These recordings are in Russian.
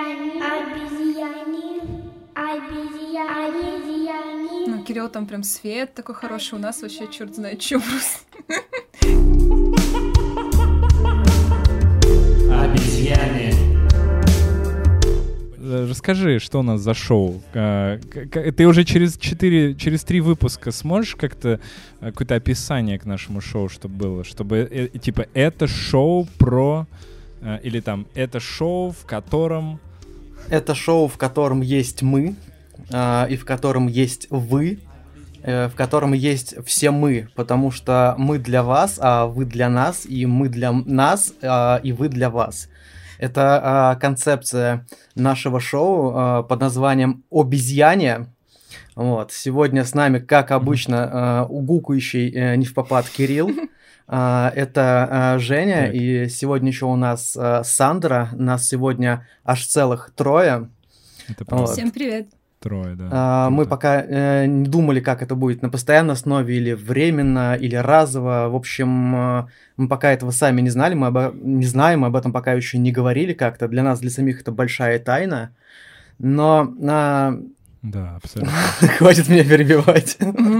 Ну, Кирилл, там прям свет такой хороший, у нас вообще черт знает что просто. Обезьяне. Расскажи, что у нас за шоу? Ты уже через 3 выпуска сможешь как-то какое-то описание к нашему шоу, чтобы было? Чтобы, типа, это шоу про... Или там, это шоу, в котором... Это шоу, в котором есть мы, и в котором есть вы, в котором есть все мы, потому что мы для вас, а вы для нас, и мы для нас, и вы для вас. Это концепция нашего шоу под названием «Обезьяне». Вот. Сегодня с нами, как обычно, угукающий невпопад Кирилл. Это Женя, так. И сегодня еще у нас Сандра. Нас сегодня аж целых 3. Вот. Всем привет. 3, да. Мы пока не думали, как это будет на постоянной основе, или временно, или разово. В общем, мы пока этого сами не знали, не знаем, мы об этом пока еще не говорили как-то. Для нас, для самих, это большая тайна. Но... Да, абсолютно. Хватит меня перебивать.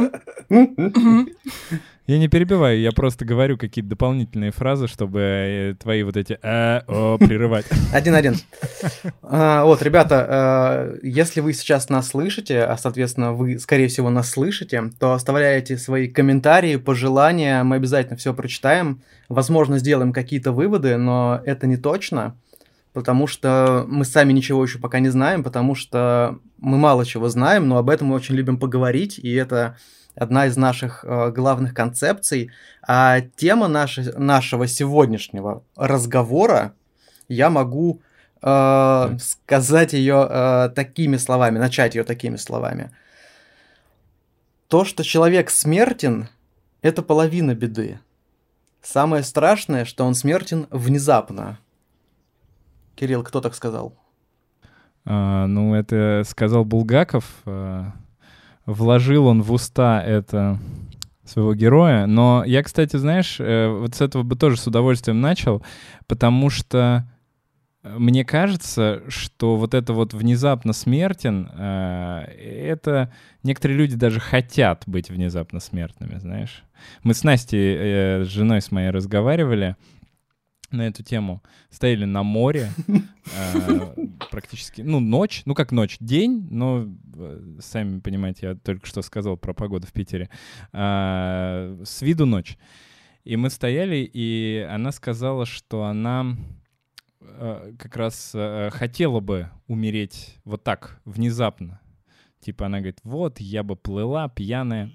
Я не перебиваю, я просто говорю какие-то дополнительные фразы, чтобы твои вот эти прерывать. 1-1. Вот, ребята, если вы сейчас нас слышите, а, соответственно, вы, скорее всего, нас слышите, то оставляйте свои комментарии, пожелания, мы обязательно все прочитаем. Возможно, сделаем какие-то выводы, но это не точно, потому что мы сами ничего еще пока не знаем, потому что мы мало чего знаем, но об этом мы очень любим поговорить, и это... одна из наших главных концепций. А тема нашего сегодняшнего разговора, я могу сказать ее такими словами, начать ее такими словами. То, что человек смертен, это половина беды. Самое страшное, что он смертен внезапно. Кирилл, кто так сказал? Ну, это сказал Булгаков. Вложил он в уста это своего героя. Но я, кстати, знаешь, вот с этого бы тоже с удовольствием начал, потому что мне кажется, что вот это вот внезапно смертен, это некоторые люди даже хотят быть внезапно смертными, знаешь. Мы с Настей, с женой с моей, разговаривали на эту тему, стояли на море, практически, ночь, как ночь, день, но, сами понимаете, я только что сказал про погоду в Питере, с виду ночь. И мы стояли, и она сказала, что она как раз хотела бы умереть вот так, внезапно. Типа она говорит, вот, я бы плыла пьяная,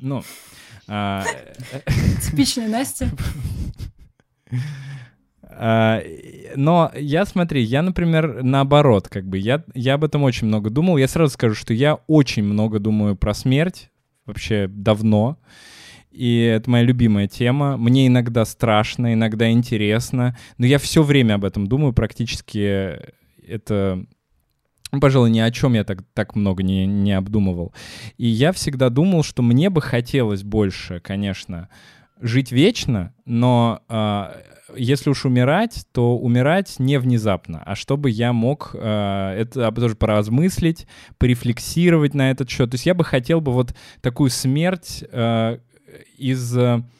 Типичная Настя. Но я, например, наоборот, я об этом очень много думал. Я сразу скажу, что я очень много думаю про смерть, вообще давно, и это моя любимая тема. Мне иногда страшно, иногда интересно, но я все время об этом думаю, практически это... пожалуй, ни о чем я так много не обдумывал. И я всегда думал, что мне бы хотелось больше, конечно, жить вечно, но... если уж умирать, то умирать не внезапно, а чтобы я мог это тоже поразмыслить, порефлексировать на этот счет. То есть я бы хотел бы вот такую смерть из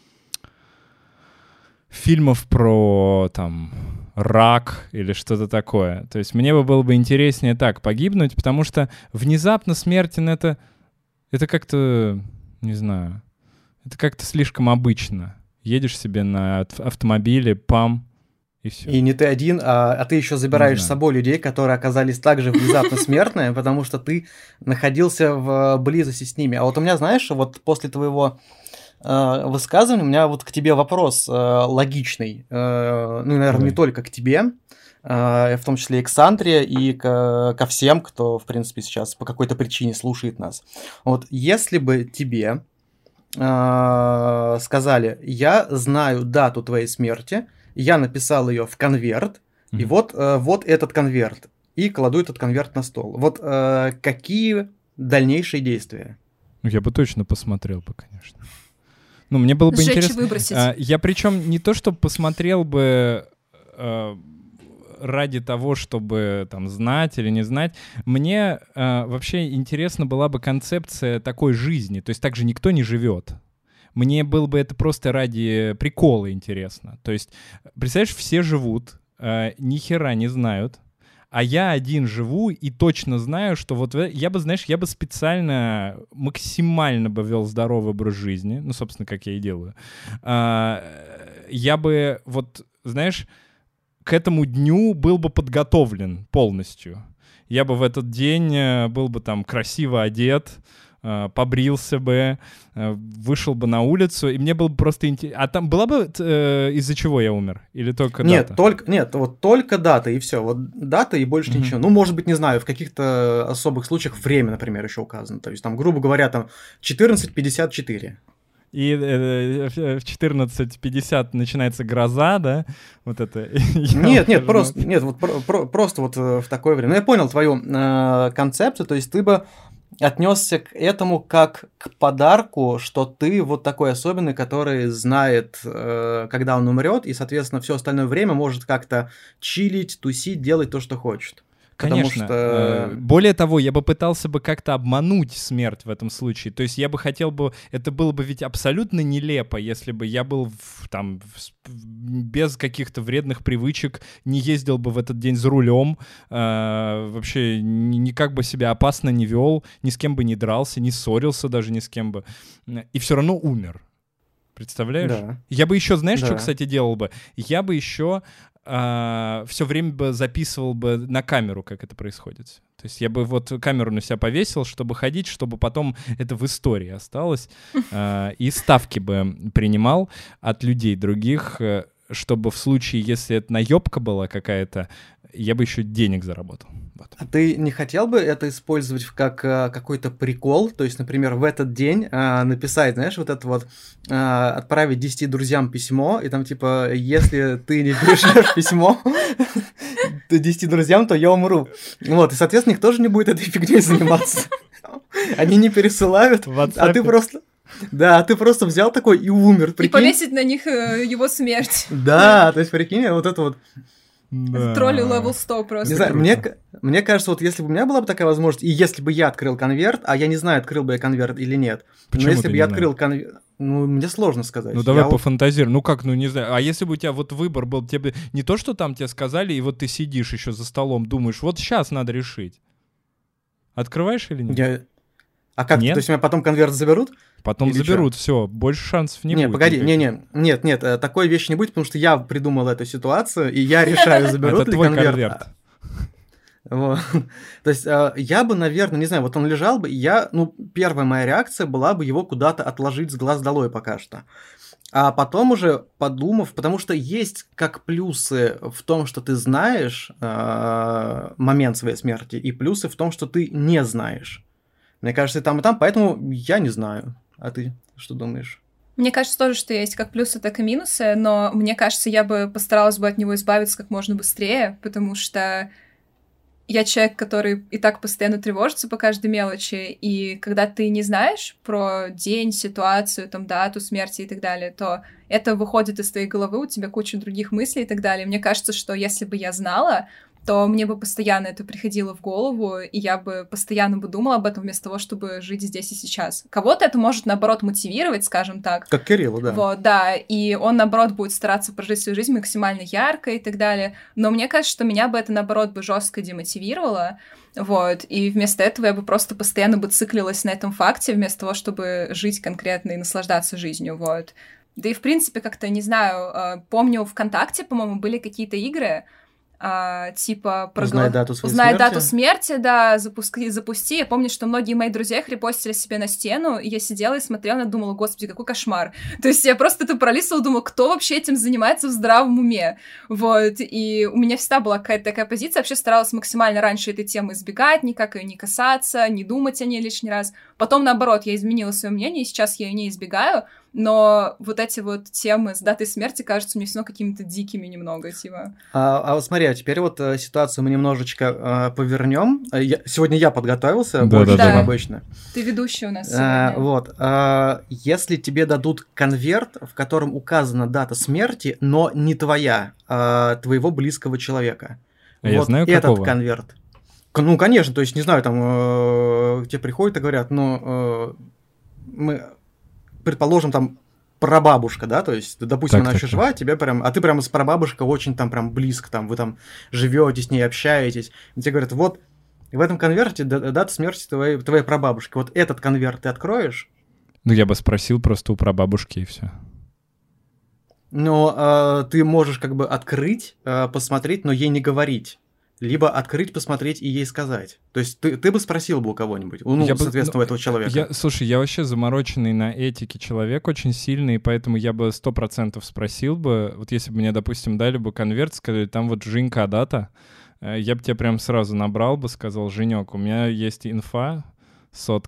фильмов про там рак или что-то такое. То есть мне было бы интереснее так погибнуть, потому что внезапно смертен это как-то, не знаю, это как-то слишком обычно. Едешь себе на автомобиле, пам, и все. И не ты один, а ты еще забираешь с собой людей, которые оказались также внезапно смертные, потому что ты находился в близости с ними. А вот у меня, знаешь, вот после твоего высказывания у меня вот к тебе вопрос логичный. Наверное, не только к тебе, в том числе и к Сандре, и ко всем, кто, в принципе, сейчас по какой-то причине слушает нас. Вот если бы тебе... сказали, я знаю дату твоей смерти, я написал ее в конверт, и вот этот конверт, и кладу этот конверт на стол. Вот какие дальнейшие действия? Я бы точно посмотрел бы, конечно. Мне было бы сжечь интересно. Выбросить. Я причем не то, что посмотрел бы ради того, чтобы там знать или не знать. Мне вообще интересна была бы концепция такой жизни. То есть так же никто не живет. Мне было бы это просто ради прикола интересно. То есть, представляешь, все живут, ни хера не знают, а я один живу и точно знаю, что вот я бы специально максимально бы вел здоровый образ жизни, ну, собственно, как я и делаю. Я бы, вот, знаешь, к этому дню был бы подготовлен полностью. Я бы в этот день был бы там красиво одет, побрился бы, вышел бы на улицу, и мне было бы просто интересно. А там была бы из-за чего я умер? Или только нет, дата? Вот только дата, и все. Вот дата и больше ничего. Ну, может быть, не знаю, в каких-то особых случаях время, например, еще указано. То есть там, грубо говоря, там 14:54. И в 14:50 начинается гроза, да? Вот это. Нет, просто вот в такое время. Ну, я понял твою концепцию, то есть ты бы отнесся к этому как к подарку, что ты вот такой особенный, который знает, когда он умрет, и, соответственно, все остальное время может как-то чилить, тусить, делать то, что хочет. Конечно. Что... Более того, я бы пытался бы как-то обмануть смерть в этом случае. То есть я бы хотел бы... Это было бы ведь абсолютно нелепо, если бы я был там без каких-то вредных привычек, не ездил бы в этот день за рулем, вообще никак бы себя опасно не вел, ни с кем бы не дрался, не ссорился даже ни с кем бы. И все равно умер. Представляешь? Да. Я бы еще, знаешь, что, кстати, делал бы? Я бы еще... все время бы записывал бы на камеру, как это происходит. То есть я бы вот камеру на себя повесил, чтобы ходить, чтобы потом это в истории осталось. И ставки бы принимал от людей других, чтобы в случае, если это наебка была какая-то, я бы еще денег заработал. Вот. А ты не хотел бы это использовать как какой-то прикол? То есть, например, в этот день написать, знаешь, вот это вот, отправить 10 друзьям письмо, и там типа, если ты не пришлешь письмо 10 друзьям, то я умру. Вот, и, соответственно, никто же не будет этой фигней заниматься. Они не пересылают, а ты просто... Да, ты просто взял такой и умер, прикинь. И повесить на них его смерть. Да, то есть, прикинь, вот это вот... Да. Тролли level 100 просто. Не знаю, мне кажется, вот если бы у меня была бы такая возможность, и если бы я открыл конверт, а я не знаю, открыл бы я конверт или нет. Почему но если бы я открыл конверт, ну, мне сложно сказать. Ну, давай пофантазируй. Ну, как, ну, не знаю. А если бы у тебя вот выбор был, тебе не то, что там тебе сказали, и вот ты сидишь еще за столом, думаешь, вот сейчас надо решить. Открываешь или нет? А как? Нет? То есть меня потом конверт заберут? Потом или заберут, все, больше шансов не будет. Не, погоди, нет, такой вещи не будет, потому что я придумал эту ситуацию, и я решаю, заберут ли конверт. Вот. То есть я бы, наверное, не знаю, вот он лежал бы, и первая моя реакция была бы его куда-то отложить с глаз долой пока что. А потом уже подумав, потому что есть как плюсы в том, что ты знаешь момент своей смерти, и плюсы в том, что ты не знаешь. Мне кажется, и там, поэтому я не знаю. А ты что думаешь? Мне кажется тоже, что есть как плюсы, так и минусы, но мне кажется, я бы постаралась бы от него избавиться как можно быстрее, потому что я человек, который и так постоянно тревожится по каждой мелочи, и когда ты не знаешь про день, ситуацию, там, дату смерти и так далее, то это выходит из твоей головы, у тебя куча других мыслей и так далее. Мне кажется, что если бы я знала, то мне бы постоянно это приходило в голову, и я бы постоянно бы думала об этом вместо того, чтобы жить здесь и сейчас. Кого-то это может, наоборот, мотивировать, скажем так. Как Кирилла, да. Вот, да, и он, наоборот, будет стараться прожить свою жизнь максимально ярко и так далее. Но мне кажется, что меня бы это, наоборот, бы жестко демотивировало, вот, и вместо этого я бы просто постоянно бы циклилась на этом факте, вместо того, чтобы жить конкретно и наслаждаться жизнью, вот. Да и, в принципе, как-то, не знаю, помню, ВКонтакте, по-моему, были какие-то игры, типа узнай дату смерти, да, запусти. Я помню, что многие мои друзья их репостили себе на стену, и я сидела и смотрела, и думала, господи, какой кошмар. То есть я просто это пролистывала, думала, кто вообще этим занимается в здравом уме, вот, и у меня всегда была какая-то такая позиция, вообще старалась максимально раньше этой темы избегать, никак ее не касаться, не думать о ней лишний раз. Потом, наоборот, я изменила свое мнение, и сейчас я ее не избегаю, но вот эти вот темы с датой смерти кажутся мне все равно какими-то дикими немного, типа. А вот смотри, а теперь вот ситуацию мы немножечко повернем. Сегодня я подготовился больше, чем обычно. Ты ведущий у нас сегодня. Вот. Если тебе дадут конверт, в котором указана дата смерти, но не твоя, твоего близкого человека, А я вот знаю, этот какого. конверт. Ну, конечно, то есть, не знаю, там тебе приходят и говорят, ну, мы, предположим, там, прабабушка, да, то есть, допустим, она еще жива, тебе прям, а ты прям с прабабушкой очень там прям близко, там, вы там живете с ней, общаетесь, и тебе говорят, вот, в этом конверте дата смерти твоей прабабушки, вот этот конверт ты откроешь? Ну, я бы спросил просто у прабабушки, и все. Но ты можешь как бы открыть, посмотреть, но ей не говорить. Либо открыть, посмотреть и ей сказать. То есть ты бы спросил бы у кого-нибудь, ну, соответственно, у этого человека. Слушай, я вообще замороченный на этике человек очень сильный, и поэтому я бы 100% спросил бы, вот если бы мне, допустим, дали бы конверт, сказали, там вот Женька дата, я бы тебя прям сразу набрал бы, сказал, Женек, у меня есть инфа, 100.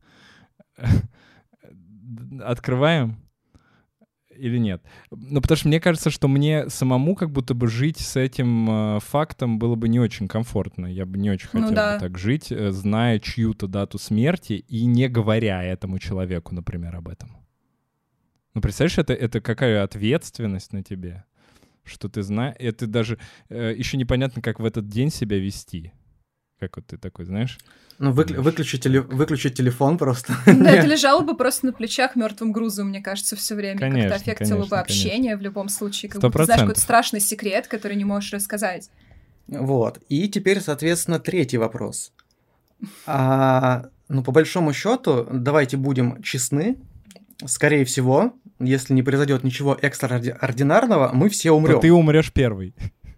Открываем? Или нет? Ну, потому что мне кажется, что мне самому как будто бы жить с этим фактом было бы не очень комфортно. Я бы не очень хотел бы так жить, зная чью-то дату смерти и не говоря этому человеку, например, об этом. Ну, представляешь, это какая ответственность на тебе, что ты знаешь, это даже еще непонятно, как в этот день себя вести. Как вот ты такой, знаешь? Ну, выключить телефон просто. Да, это лежало бы просто на плечах мертвым грузом, мне кажется, все время. Конечно, как-то аффектило бы общение в любом случае. Как будто ты знаешь какой-то страшный секрет, который не можешь рассказать. Вот. И теперь, соответственно, третий вопрос. Ну, по большому счету, давайте будем честны. Скорее всего, если не произойдет ничего экстраординарного, мы все умрем. То ты умрешь первый.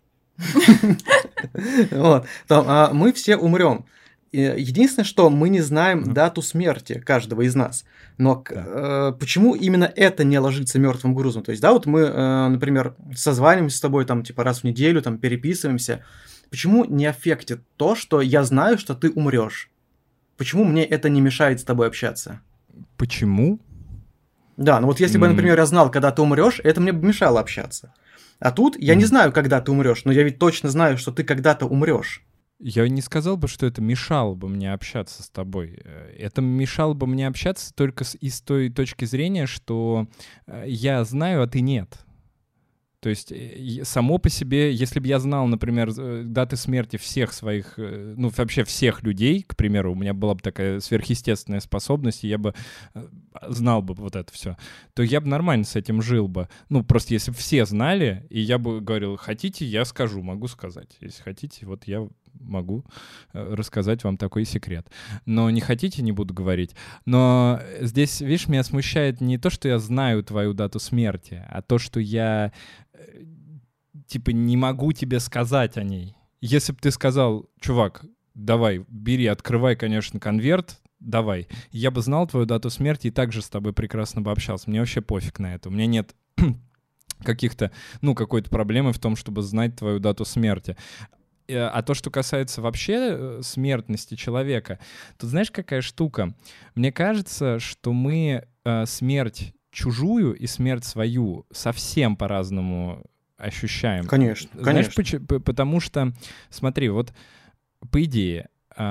Вот. Мы все умрем. Единственное, что мы не знаем дату смерти каждого из нас. Но почему именно это не ложится мертвым грузом? То есть, да, вот мы, например, созваниваемся с тобой там, типа, раз в неделю, там, переписываемся. Почему не аффектит то, что я знаю, что ты умрешь? Почему мне это не мешает с тобой общаться? Почему? Да, ну вот если бы, например, я знал, когда ты умрешь, это мне бы мешало общаться. А тут я не знаю, когда ты умрешь, но я ведь точно знаю, что ты когда-то умрешь. Я не сказал бы, что это мешало бы мне общаться с тобой. Это мешало бы мне общаться только из той точки зрения, что я знаю, а ты нет. То есть само по себе, если бы я знал, например, даты смерти всех своих, ну, вообще всех людей, к примеру, у меня была бы такая сверхъестественная способность, и я бы знал бы вот это все, то я бы нормально с этим жил бы. Ну, просто если бы все знали, и я бы говорил, хотите, я скажу, могу сказать. Если хотите, вот я могу рассказать вам такой секрет. Но не хотите, не буду говорить. Но здесь, видишь, меня смущает не то, что я знаю твою дату смерти, а то, что я типа не могу тебе сказать о ней. Если бы ты сказал, чувак, давай, бери, открывай, конечно, конверт, давай. Я бы знал твою дату смерти и также с тобой прекрасно бы общался. Мне вообще пофиг на это. У меня нет каких-то, ну, какой-то проблемы в том, чтобы знать твою дату смерти. А то, что касается вообще смертности человека, тут знаешь, какая штука? Мне кажется, что мы смерть чужую и смерть свою совсем по-разному ощущаем. Конечно, знаешь, конечно. Потому что, смотри, вот по идее,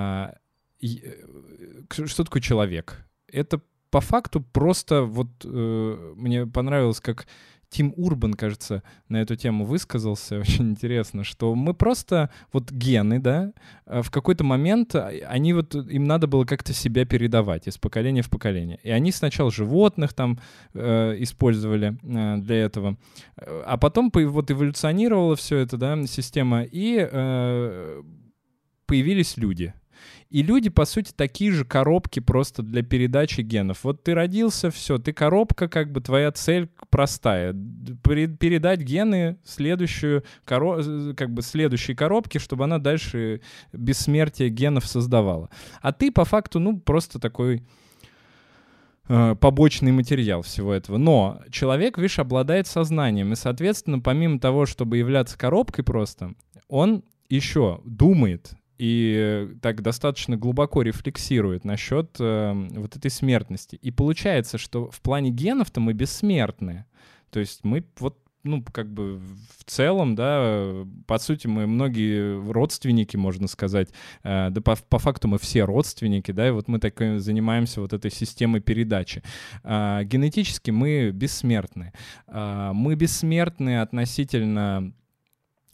что такое человек? Это по факту просто вот мне понравилось, как Тим Урбан, кажется, на эту тему высказался, очень интересно, что мы просто, вот гены, да, в какой-то момент они вот, им надо было как-то себя передавать из поколения в поколение. И они сначала животных там использовали для этого, а потом вот эволюционировала все это, да, система, и появились люди. И люди, по сути, такие же коробки просто для передачи генов. Вот ты родился, все, ты коробка, как бы твоя цель простая. Передать гены следующую, как бы следующей коробке, чтобы она дальше бессмертие генов создавала. А ты, по факту, ну, просто такой побочный материал всего этого. Но человек, видишь, обладает сознанием. И, соответственно, помимо того, чтобы являться коробкой просто, он еще думает, и так достаточно глубоко рефлексирует насчет вот этой смертности. И получается, что в плане генов-то мы бессмертны. То есть мы вот, ну, как бы в целом, да, по сути, мы многие родственники, можно сказать, да, по факту мы все родственники, да, и вот мы так занимаемся вот этой системой передачи. Генетически мы бессмертны. Мы бессмертны относительно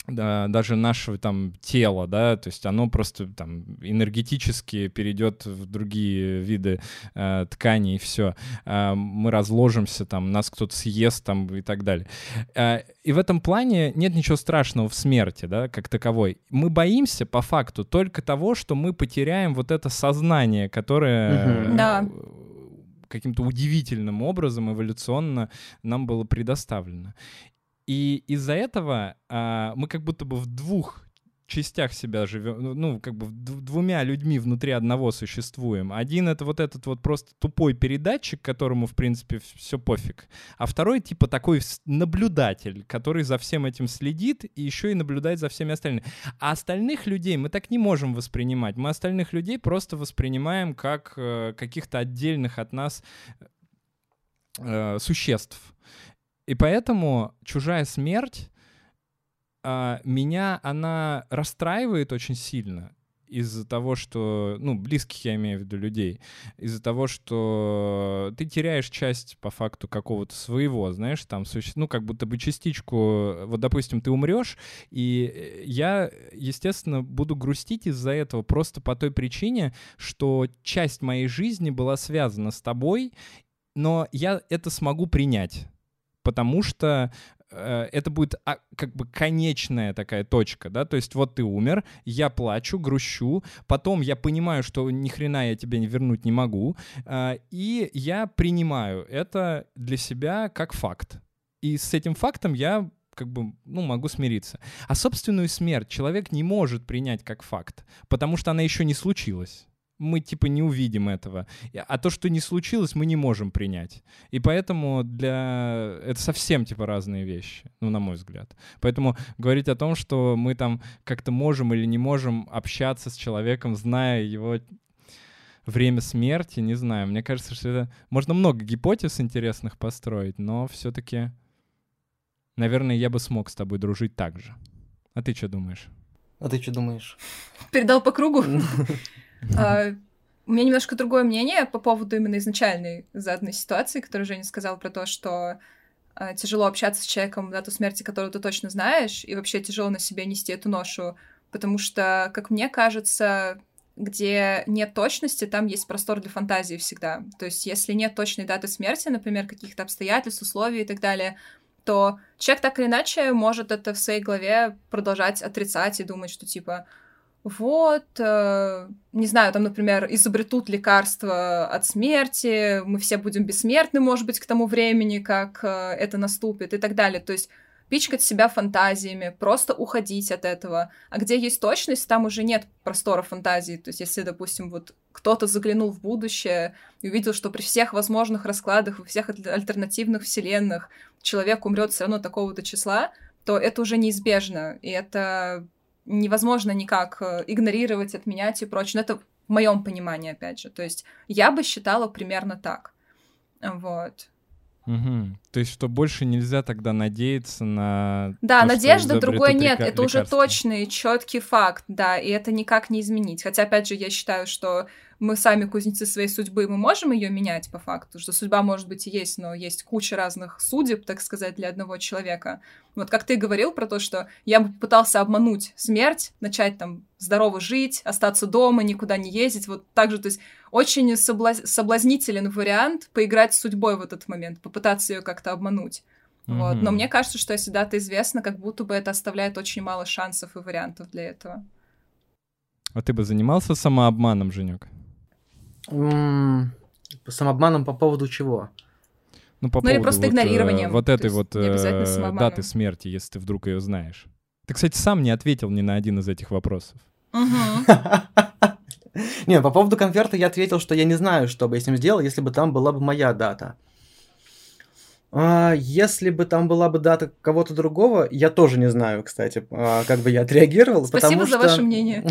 даже нашего там тела, да, то есть оно просто там энергетически перейдет в другие виды тканей, и все. Мы разложимся, там, нас кто-то съест, там, и так далее. И в этом плане нет ничего страшного в смерти, да, как таковой. Мы боимся, по факту, только того, что мы потеряем вот это сознание, которое каким-то удивительным образом эволюционно нам было предоставлено. И из-за этого мы как будто бы в двух частях себя живем, ну, как бы двумя людьми внутри одного существуем. Один — это вот этот вот просто тупой передатчик, которому, в принципе, все пофиг. А второй — типа такой наблюдатель, который за всем этим следит и еще и наблюдает за всеми остальными. А остальных людей мы так не можем воспринимать. Мы остальных людей просто воспринимаем как каких-то отдельных от нас существ. И поэтому чужая смерть меня, она расстраивает очень сильно из-за того, что, ну, близких я имею в виду людей, из-за того, что ты теряешь часть, по факту, какого-то своего, знаешь, там, ну, как будто бы частичку, вот, допустим, ты умрешь, и я, естественно, буду грустить из-за этого просто по той причине, что часть моей жизни была связана с тобой, но я это смогу принять. Потому что это будет как бы конечная такая точка, да, то есть вот ты умер, я плачу, грущу, потом я понимаю, что ни хрена я тебя вернуть не могу, и я принимаю это для себя как факт. И с этим фактом я как бы, ну, могу смириться. А собственную смерть человек не может принять как факт, потому что она еще не случилась. Мы, типа, не увидим этого. А то, что не случилось, мы не можем принять. И поэтому это совсем, типа, разные вещи, ну, на мой взгляд. Поэтому говорить о том, что мы там как-то можем или не можем общаться с человеком, зная его время смерти, не знаю. Мне кажется, что это... Можно много гипотез интересных построить, но все-таки, наверное, я бы смог с тобой дружить так же. А ты что думаешь? Передал по кругу? У меня немножко другое мнение по поводу именно изначальной заданной ситуации, которую Женя сказал про то, что тяжело общаться с человеком, дату смерти, которую ты точно знаешь, и вообще тяжело на себе нести эту ношу, потому что, как мне кажется, где нет точности, там есть простор для фантазии всегда. То есть если нет точной даты смерти, например, каких-то обстоятельств, условий и так далее, то человек так или иначе может это в своей голове продолжать отрицать и думать, что типа... Вот, не знаю, там, например, изобретут лекарство от смерти, мы все будем бессмертны, может быть, к тому времени, как это наступит и так далее. То есть пичкать себя фантазиями, просто уходить от этого. А где есть точность, там уже нет простора фантазии. То есть если, допустим, вот кто-то заглянул в будущее и увидел, что при всех возможных раскладах, во всех альтернативных вселенных человек умрет все равно такого-то числа, то это уже неизбежно, и это... невозможно никак игнорировать, отменять и прочее. Но это в моем понимании, опять же. То есть я бы считала примерно так. Вот. Угу. То есть, что больше нельзя тогда надеяться на... Да, то, надежды другой нет. Это уже лекарства. точный, четкий факт, да, и это никак не изменить. Хотя, опять же, я считаю, что мы сами кузнецы своей судьбы, мы можем ее менять по факту, что судьба, может быть, и есть, но есть куча разных судеб, так сказать, для одного человека. Вот как ты говорил про то, что я бы пытался обмануть смерть, начать там здорово жить, остаться дома, никуда не ездить, вот так же, то есть очень соблазнителен вариант поиграть с судьбой в этот момент, попытаться ее как-то обмануть. Вот. Но мне кажется, что если дата известна, как будто бы это оставляет очень мало шансов и вариантов для этого. А ты бы занимался самообманом, Женёк? Самообманом по поводу чего? Ну, по поводу или просто игнорированием. Вот этой вот даты смерти, если ты вдруг ее знаешь. Ты, кстати, сам не ответил ни на один из этих вопросов. Не, по поводу конверта я ответил, что я не знаю, что бы я с ним сделал, если бы там была бы моя дата. Если бы там была бы дата кого-то другого, я тоже не знаю, кстати, как бы я отреагировал. Спасибо за ваше мнение.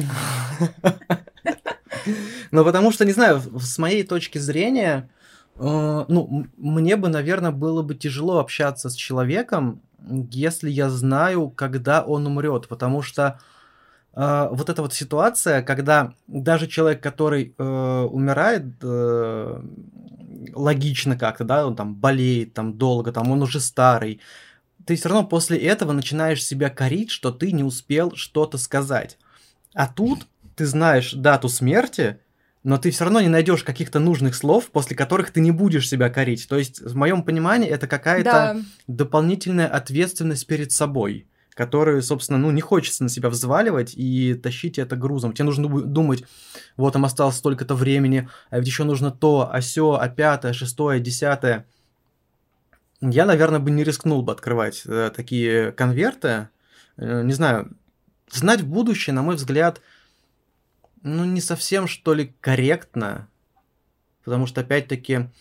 Ну, потому что, не знаю, с моей точки зрения, ну, мне бы, наверное, было бы тяжело общаться с человеком, если я знаю, когда он умрет, потому что вот эта вот ситуация, когда даже человек, который умирает логично как-то, да, он там болеет там долго, там он уже старый, ты все равно после этого начинаешь себя корить, что ты не успел что-то сказать. А тут ты знаешь дату смерти, но ты все равно не найдешь каких-то нужных слов, после которых ты не будешь себя корить. То есть, в моем понимании, это какая-то дополнительная ответственность перед собой, которую, собственно, не хочется на себя взваливать и тащить это грузом. Тебе нужно думать, вот там осталось столько-то времени, а ведь еще нужно то, а сё, а пятое, шестое, десятое. Я, наверное, бы не рискнул бы открывать такие конверты. Не знаю, знать будущее, на мой взгляд, не совсем, что ли, корректно, потому что, опять-таки,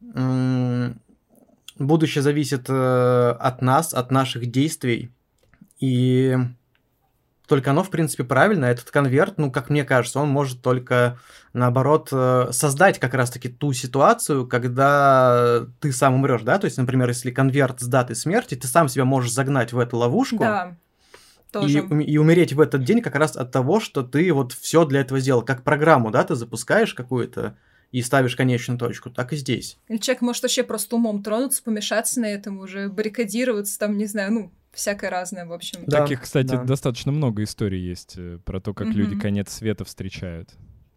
будущее зависит от нас, от наших действий, и только оно, в принципе, правильно. Этот конверт, как мне кажется, он может только, наоборот, создать как раз-таки ту ситуацию, когда ты сам умрешь, да? То есть, например, если конверт с датой смерти, ты сам себя можешь загнать в эту ловушку. Да. Тоже. И умереть в этот день как раз от того, что ты вот все для этого сделал. Как программу, да, ты запускаешь какую-то и ставишь конечную точку, так и здесь. Или человек может вообще просто умом тронуться, помешаться на этом уже, баррикадироваться, там, не знаю, всякое разное, в общем. Да, таких, кстати, достаточно много историй есть про то, как люди конец света встречают.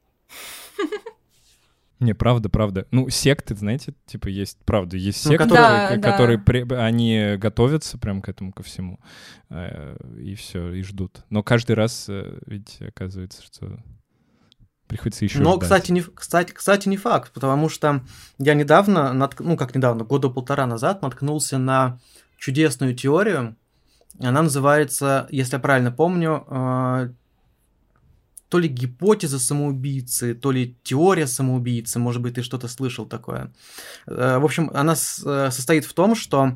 Не, правда. Секты, знаете, типа есть, правда, есть секты, которые они готовятся прям к этому, ко всему, и все, и ждут. Но каждый раз ведь оказывается, что приходится еще ждать. Но, кстати, не факт, потому что я недавно, года полтора назад наткнулся на чудесную теорию. Она называется, если я правильно помню, то ли гипотеза самоубийцы, то ли теория самоубийцы, может быть, ты что-то слышал такое. В общем, она состоит в том, что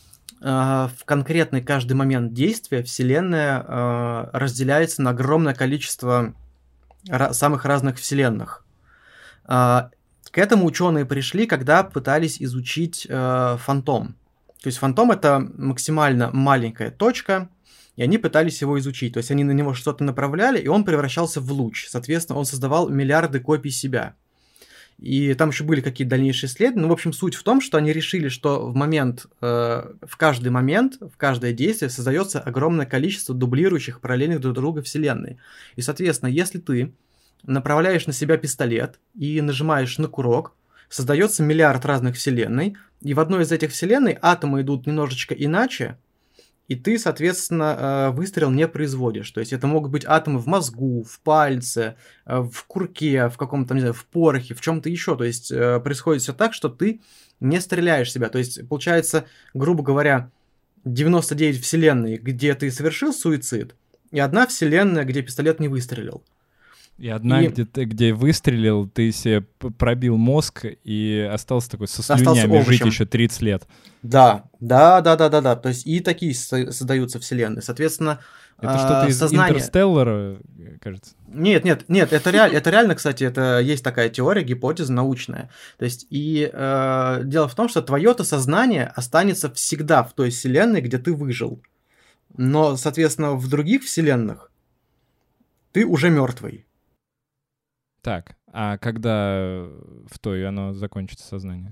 в конкретный каждый момент действия Вселенная разделяется на огромное количество самых разных вселенных. К этому ученые пришли, когда пытались изучить фантом. То есть фантом — это максимально маленькая точка, и они пытались его изучить. То есть они на него что-то направляли, и он превращался в луч. Соответственно, он создавал миллиарды копий себя. И там еще были какие-то дальнейшие исследования. В общем, суть в том, что они решили, что в каждый момент, в каждое действие создается огромное количество дублирующих, параллельных друг друга вселенной. И, соответственно, если ты направляешь на себя пистолет и нажимаешь на курок, создается миллиард разных вселенной, и в одной из этих вселенной атомы идут немножечко иначе, и ты, соответственно, выстрел не производишь. То есть это могут быть атомы в мозгу, в пальце, в курке, в каком-то, не знаю, в порохе, в чем-то еще. То есть происходит все так, что ты не стреляешь в себя. То есть получается, грубо говоря, 99 вселенной, где ты совершил суицид, и одна вселенная, где пистолет не выстрелил. И одна, где выстрелил, ты себе пробил мозг и остался такой со слюнями жить еще 30 лет. Да. То есть и такие создаются вселенные. Соответственно, это что-то из Интерстеллара, кажется? Нет, это реально, кстати, это есть такая теория, гипотеза научная. То есть и дело в том, что твое-то сознание останется всегда в той вселенной, где ты выжил. Но, соответственно, в других вселенных ты уже мертвый. Так, а когда в той оно закончится, сознание?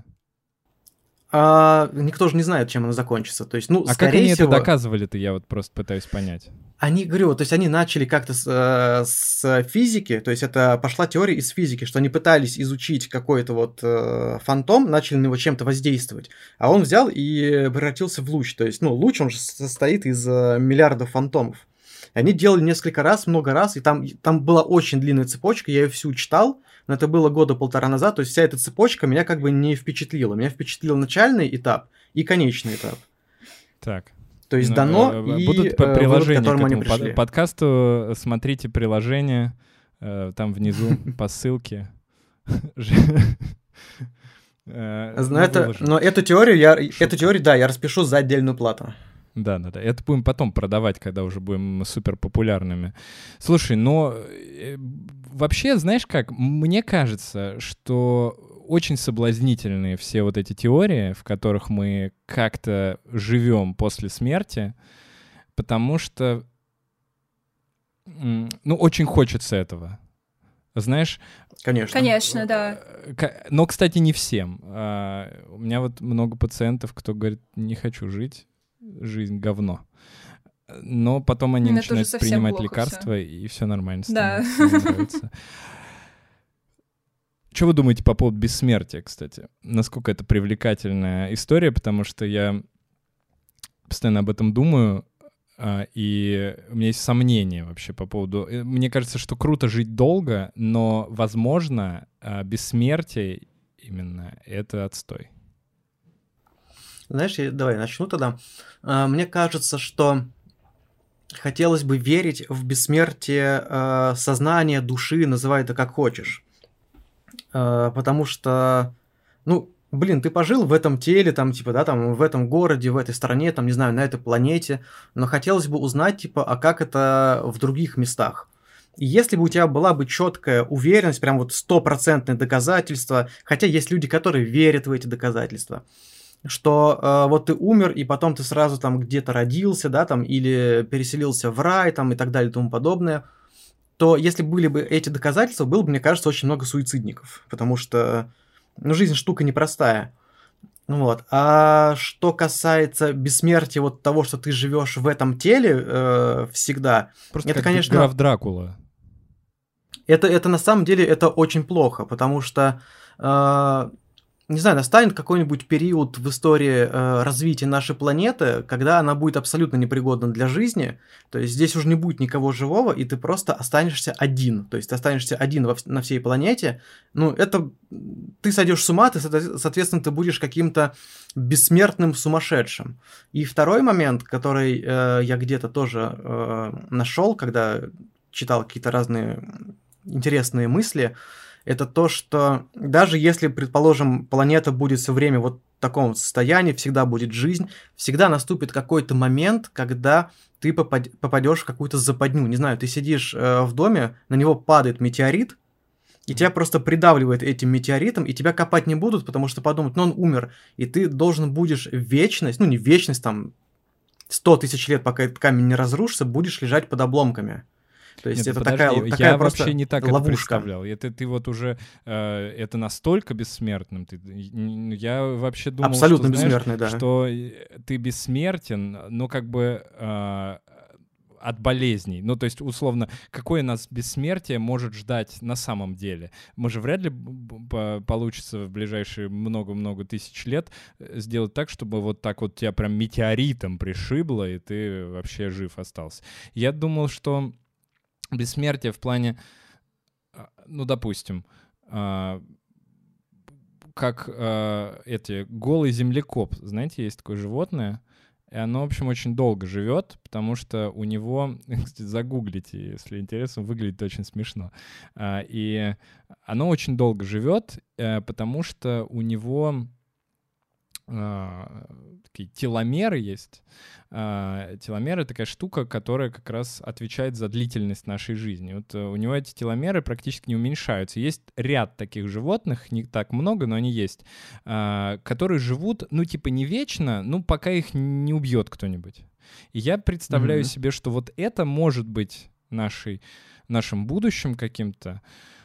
Никто же не знает, чем оно закончится. То есть, скорее как они всего... это доказывали-то, я вот просто пытаюсь понять. Они начали как-то с физики, то есть это пошла теория из физики, что они пытались изучить какой-то вот фантом, начали на него чем-то воздействовать, а он взял и превратился в луч. То есть, луч, он же состоит из миллиардов фантомов. Они делали несколько раз, много раз, и там была очень длинная цепочка, я ее всю читал, но это было года полтора назад, то есть вся эта цепочка меня как бы не впечатлила. Меня впечатлил начальный этап и конечный этап. Так. То есть дано будут и приложения вывод, к этому они пришли. Подкасту, смотрите приложение, там внизу по ссылке. Но эту теорию, да, я распишу за отдельную плату. Да. Это будем потом продавать, когда уже будем супер популярными. Слушай, вообще, знаешь как, мне кажется, что очень соблазнительные все вот эти теории, в которых мы как-то живем после смерти, потому что, очень хочется этого. Знаешь? Конечно, да. Но, кстати, не всем. У меня вот много пациентов, кто говорит, не хочу жить. жизнь говно. Но потом они Ну, это уже начинают совсем принимать плохо лекарства, и все нормально Да. становится. Мне нравится. Что вы думаете по поводу бессмертия, кстати? Насколько это привлекательная история, потому что я постоянно об этом думаю, и у меня есть сомнения вообще по поводу... Мне кажется, что круто жить долго, но, возможно, бессмертие именно — это отстой. Знаешь, давай начну тогда. Мне кажется, что хотелось бы верить в бессмертие сознания, души, называй это как хочешь. Потому что, ну, блин, ты пожил в этом теле, там, типа, да, там, в этом городе, в этой стране, там, не знаю, на этой планете, но хотелось бы узнать, типа, а как это в других местах. И если бы у тебя была бы четкая уверенность, прям вот 100% доказательство, хотя есть люди, которые верят в эти доказательства, что вот ты умер, и потом ты сразу там где-то родился, да, там, или переселился в рай, там, и так далее, и тому подобное, то если были бы эти доказательства, было бы, мне кажется, очень много суицидников, потому что, ну, жизнь штука непростая. Вот. А что касается бессмертия, вот того, что ты живешь в этом теле всегда, Просто это, как конечно, граф Дракула. это на самом деле это очень плохо, потому что не знаю, настанет какой-нибудь период в истории развития нашей планеты, когда она будет абсолютно непригодна для жизни, то есть здесь уже не будет никого живого, и ты просто останешься один, то есть ты останешься один на всей планете, ну, это... Ты сойдешь с ума, соответственно, ты будешь каким-то бессмертным сумасшедшим. И второй момент, который я где-то тоже нашел, когда читал какие-то разные интересные мысли, это то, что даже если, предположим, планета будет все время вот в таком состоянии, всегда будет жизнь, всегда наступит какой-то момент, когда ты попадешь в какую-то западню. Не знаю, ты сидишь в доме, на него падает метеорит, и тебя просто придавливает этим метеоритом, и тебя копать не будут, потому что подумают, ну он умер, и ты должен будешь вечность, ну не вечность, там 100 тысяч лет, пока этот камень не разрушится, будешь лежать под обломками. То есть Нет, это подожди, такая я просто вообще не так ловушка. это представлял. Ты вот уже это настолько бессмертным. Я вообще думал, абсолютно что, знаешь, бессмертный, да. что ты бессмертен, но как бы от болезней. Ну, то есть, условно, какое нас бессмертие может ждать на самом деле? Мы же вряд ли получится в ближайшие много-много тысяч лет сделать так, чтобы вот так вот тебя прям метеоритом пришибло, и ты вообще жив остался. Я думал, что бессмертие в плане, ну, допустим, как голый землекоп. Знаете, есть такое животное, и оно, в общем, очень долго живет, потому что у него, кстати, загуглите, если интересно, выглядит очень смешно. И оно очень долго живет, потому что у него такие теломеры есть. Теломеры — такая штука, которая как раз отвечает за длительность нашей жизни. Вот у него эти теломеры практически не уменьшаются. Есть ряд таких животных, не так много, но они есть, которые живут, ну, типа, не вечно, ну, пока их не убьет кто-нибудь. И я представляю себе, что вот это может быть нашим будущим каким-то.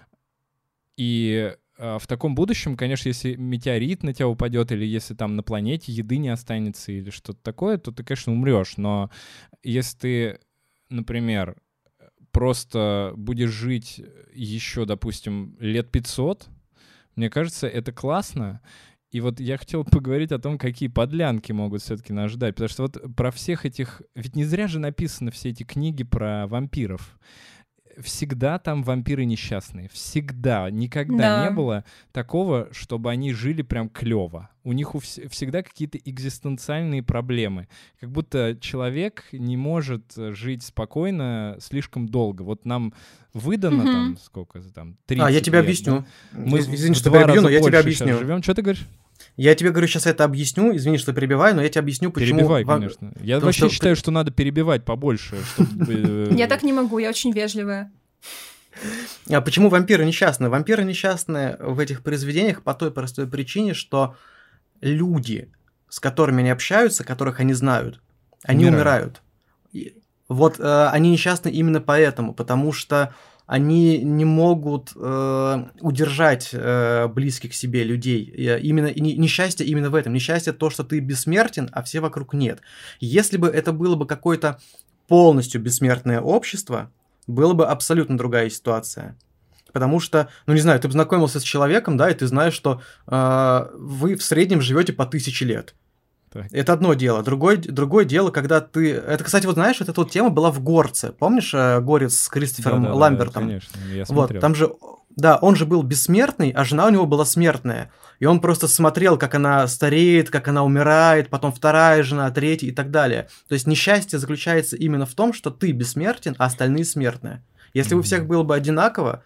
И в таком будущем, конечно, если метеорит на тебя упадет, или если там на планете еды не останется, или что-то такое, то ты, конечно, умрешь. Но если ты, например, просто будешь жить еще, допустим, лет 500, мне кажется, это классно. И вот я хотел поговорить о том, какие подлянки могут все-таки нас ждать. Потому что вот про всех этих... Ведь не зря же написаны все эти книги про вампиров. Всегда там вампиры несчастные. Всегда. Никогда не было такого, чтобы они жили прям клево. У них всегда какие-то экзистенциальные проблемы. Как будто человек не может жить спокойно слишком долго. Вот нам выдано там сколько там 30 я тебе лет, объясню. Да? Мы извини, что перебью, но я тебе объясню. Живем. Что ты говоришь? Я тебе говорю, сейчас это объясню. Извини, что перебиваю, но я тебе объясню, почему... Перебивай, конечно. Я вообще считаю, что надо перебивать побольше, чтобы... Я так не могу, я очень вежливая. А почему вампиры несчастные? Вампиры несчастные в этих произведениях по той простой причине, что люди, с которыми они общаются, которых они знают, они умирают. Вот они несчастны именно поэтому, потому что они не могут удержать близких себе людей. Именно несчастье именно в этом. Несчастье то, что ты бессмертен, а все вокруг нет. Если бы это было бы какое-то полностью бессмертное общество, была бы абсолютно другая ситуация. Потому что, ну не знаю, ты познакомился с человеком, да, и ты знаешь, что вы в среднем живете по 1000 лет. Так. Это одно дело. Другое дело, когда ты... Это, кстати, вот знаешь, вот эта вот тема была в «Горце». Помнишь «Горец» с Кристофером Ламбертом? Да, конечно, я смотрел. Вот, там же... Да, он же был бессмертный, а жена у него была смертная. И он просто смотрел, как она стареет, как она умирает, потом вторая жена, третья и так далее. То есть несчастье заключается именно в том, что ты бессмертен, а остальные смертные. Если у всех было бы одинаково,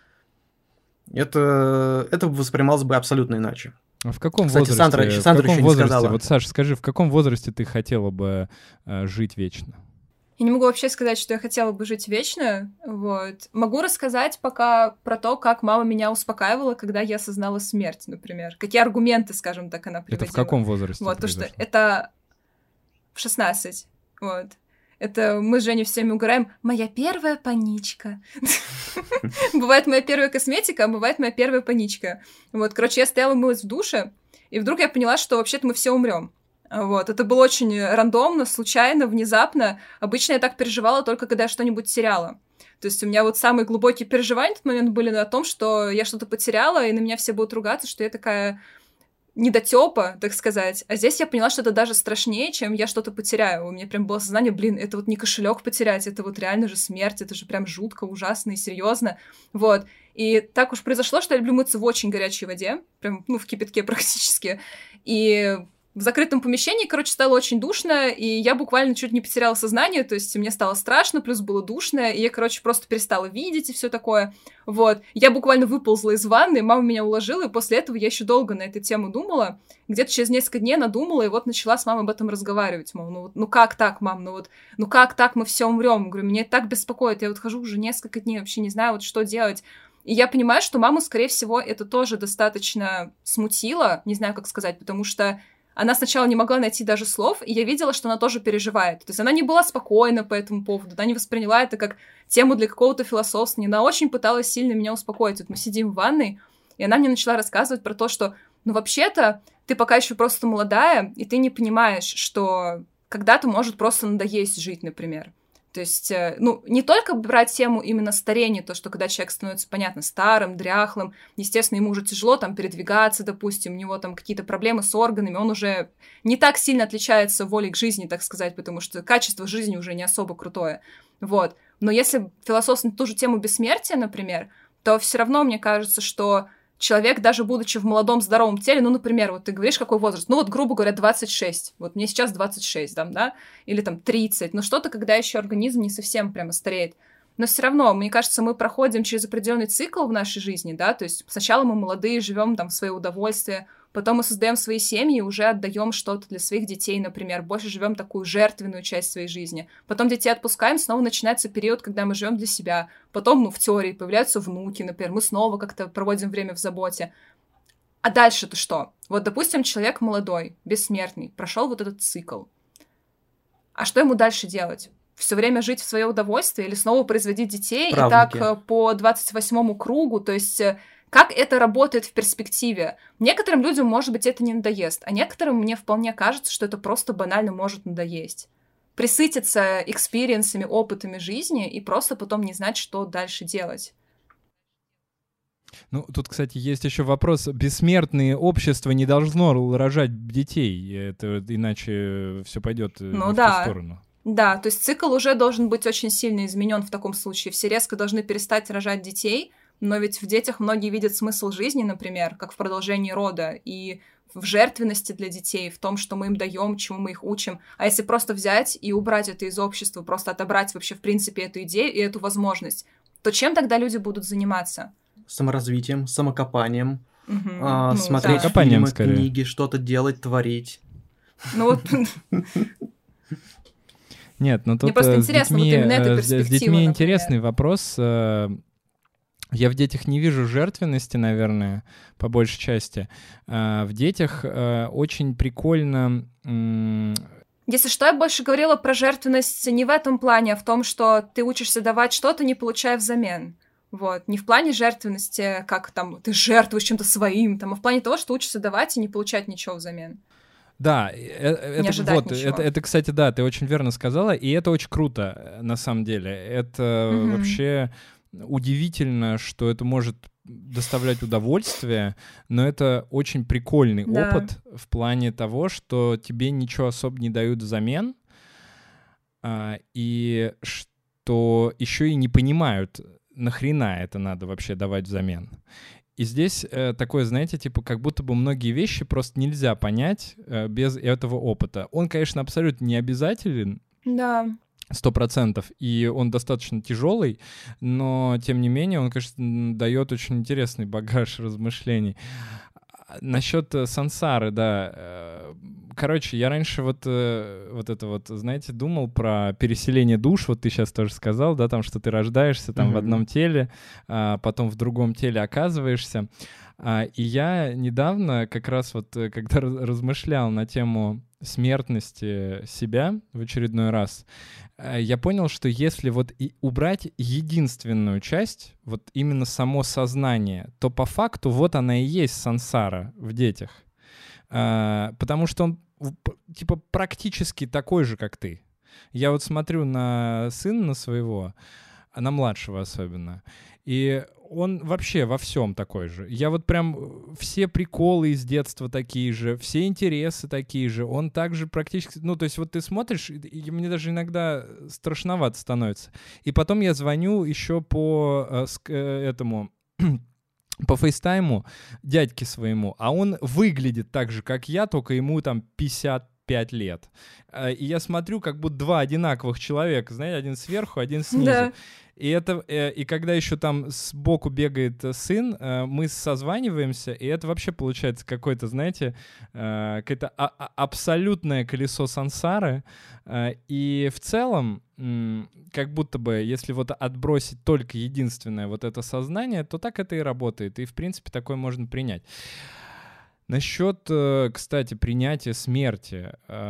это воспринималось бы абсолютно иначе. А в каком возрасте? Сандра еще не сказала. Вот, Саша, скажи, в каком возрасте ты хотела бы жить вечно? Я не могу вообще сказать, что я хотела бы жить вечно. Вот. Могу рассказать пока про то, как мама меня успокаивала, когда я осознала смерть, например. Какие аргументы, скажем так, она приводила. Это в каком возрасте? Вот, то, что это в 16. Вот. Это мы с Женей всеми угораем. Моя первая паничка. Бывает моя первая косметика, а бывает моя первая паничка. Вот, короче, я стояла, мылась в душе, и вдруг я поняла, что вообще-то мы все умрем. Вот, это было очень рандомно, случайно, внезапно. Обычно я так переживала только когда я что-нибудь теряла. То есть у меня вот самые глубокие переживания в тот момент были о том, что я что-то потеряла, и на меня все будут ругаться, что я такая недотёпа, так сказать. А здесь я поняла, что это даже страшнее, чем я что-то потеряю. У меня прям было сознание, блин, это вот не кошелек потерять, это вот реально же смерть, это же прям жутко, ужасно и серьезно. Вот. И так уж произошло, что я люблю мыться в очень горячей воде, прям, в кипятке практически. И в закрытом помещении, короче, стало очень душно, и я буквально чуть не потеряла сознание, то есть мне стало страшно, плюс было душно, и я, короче, просто перестала видеть и все такое. Вот. Я буквально выползла из ванны, мама меня уложила, и после этого я еще долго на эту тему думала. Где-то через несколько дней надумала, и вот начала с мамой об этом разговаривать. Мол, ну как так, мам, ну как так, мы все умрем? Говорю, меня это так беспокоит, я вот хожу уже несколько дней, вообще не знаю, вот что делать. И я понимаю, что маму, скорее всего, это тоже достаточно смутило, не знаю, как сказать, потому что она сначала не могла найти даже слов, и я видела, что она тоже переживает. То есть она не была спокойна по этому поводу, она не восприняла это как тему для какого-то философствования. Она очень пыталась сильно меня успокоить. Вот мы сидим в ванной, и она мне начала рассказывать про то, что, ну, вообще-то, ты пока еще просто молодая, и ты не понимаешь, что когда-то может просто надоесть жить, например. То есть, не только брать тему именно старения, то, что когда человек становится, понятно, старым, дряхлым, естественно, ему уже тяжело там передвигаться, допустим, у него там какие-то проблемы с органами, он уже не так сильно отличается волей к жизни, так сказать, потому что качество жизни уже не особо крутое, вот. Но если философствовать ту же тему бессмертия, например, то все равно мне кажется, что человек, даже будучи в молодом, здоровом теле, ну, например, вот ты говоришь, какой возраст, ну, вот, грубо говоря, 26, вот мне сейчас 26, там, да, или там 30, но что-то, когда еще организм не совсем прямо стареет. Но все равно, мне кажется, мы проходим через определенный цикл в нашей жизни, да, то есть сначала мы молодые, живем там в свое удовольствие, потом мы создаем свои семьи и уже отдаем что-то для своих детей, например, больше живем такую жертвенную часть своей жизни. Потом детей отпускаем, снова начинается период, когда мы живем для себя. Потом, в теории появляются внуки, например, мы снова как-то проводим время в заботе. А дальше-то что? Вот, допустим, человек молодой, бессмертный, прошел вот этот цикл. А что ему дальше делать? Все время жить в свое удовольствие или снова производить детей? Правнуки. И так по 28-му кругу, то есть... Как это работает в перспективе? Некоторым людям, может быть, это не надоест, а некоторым мне вполне кажется, что это просто банально может надоесть. Присытиться экспириенсами, опытами жизни и просто потом не знать, что дальше делать. Ну, тут, кстати, есть еще вопрос. Бессмертное общество не должно рожать детей, это иначе все пойдет в ту сторону. Да, то есть цикл уже должен быть очень сильно изменен в таком случае. Все резко должны перестать рожать детей, но ведь в детях многие видят смысл жизни, например, как в продолжении рода, и в жертвенности для детей, в том, что мы им даем, чему мы их учим. А если просто взять и убрать это из общества, просто отобрать вообще в принципе эту идею и эту возможность, то чем тогда люди будут заниматься? Саморазвитием, самокопанием, смотреть фильмы, книги, что-то делать, творить. Ну вот... Нет, ну тут мне просто интересно, вот именно эта перспектива. С детьми интересный вопрос. Я в детях не вижу жертвенности, наверное, по большей части. В детях очень прикольно... Если что, я больше говорила про жертвенность не в этом плане, а в том, что ты учишься давать что-то, не получая взамен. Вот. Не в плане жертвенности, как там ты жертвуешь чем-то своим, там, а в плане того, что учишься давать и не получать ничего взамен. Да, не ожидать вот, ничего. это, кстати, да, ты очень верно сказала, и это очень круто, на самом деле. Это вообще удивительно, что это может доставлять удовольствие, но это очень прикольный опыт в плане того, что тебе ничего особо не дают взамен, и что еще и не понимают, нахрена это надо вообще давать взамен. И здесь такое, знаете, типа, как будто бы многие вещи просто нельзя понять без этого опыта. Он, конечно, абсолютно не обязателен. Да. 100%, и он достаточно тяжелый, но, тем не менее, он, конечно, дает очень интересный багаж размышлений. Насчет сансары, да. Короче, я раньше вот это вот, знаете, думал про переселение душ, вот ты сейчас тоже сказал, да, там, что ты рождаешься там в одном теле, потом в другом теле оказываешься. И я недавно как раз вот, когда размышлял на тему смертности себя в очередной раз, я понял, что если вот убрать единственную часть, вот именно само сознание, то по факту вот она и есть сансара в детях. Потому что он типа практически такой же, как ты. Я вот смотрю на сына своего, на младшего особенно, и он вообще во всем такой же. Я вот прям все приколы из детства такие же, все интересы такие же. Он также практически... Ну, то есть вот ты смотришь, и мне даже иногда страшновато становится. И потом я звоню еще по этому... по фейстайму дядьке своему, а он выглядит так же, как я, только ему там 55 лет. И я смотрю, как будто два одинаковых человека, знаете, один сверху, один снизу. Да. И когда еще там сбоку бегает сын, мы созваниваемся, и это вообще получается какое-то, знаете, какое-то абсолютное колесо сансары. И в целом, как будто бы, если вот отбросить только единственное вот это сознание, то так это и работает. И, в принципе, такое можно принять. Насчет, кстати, принятия смерти,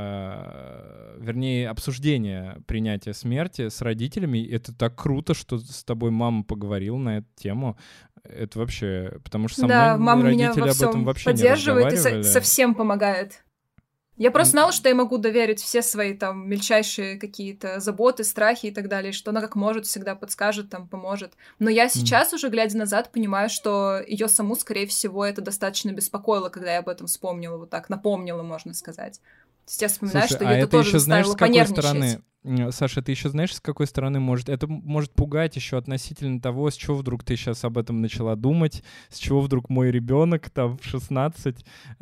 вернее, обсуждения принятия смерти с родителями, это так круто, что с тобой мама поговорила на эту тему. Это вообще... Потому что со мной мама родители меня об этом вообще не поддерживает разговаривали. И совсем помогает. Я просто знала, что я могу доверить все свои там мельчайшие какие-то заботы, страхи и так далее, что она как может всегда подскажет, там, поможет. Но я сейчас уже, глядя назад, понимаю, что ее саму, скорее всего, это достаточно беспокоило, когда я об этом вспомнила, вот так, напомнила, можно сказать. То есть я вспоминаю, что ее это тоже заставило понервничать. Саша, ты еще знаешь, с какой стороны это может пугать еще относительно того, с чего вдруг ты сейчас об этом начала думать, с чего вдруг мой ребенок там в 16,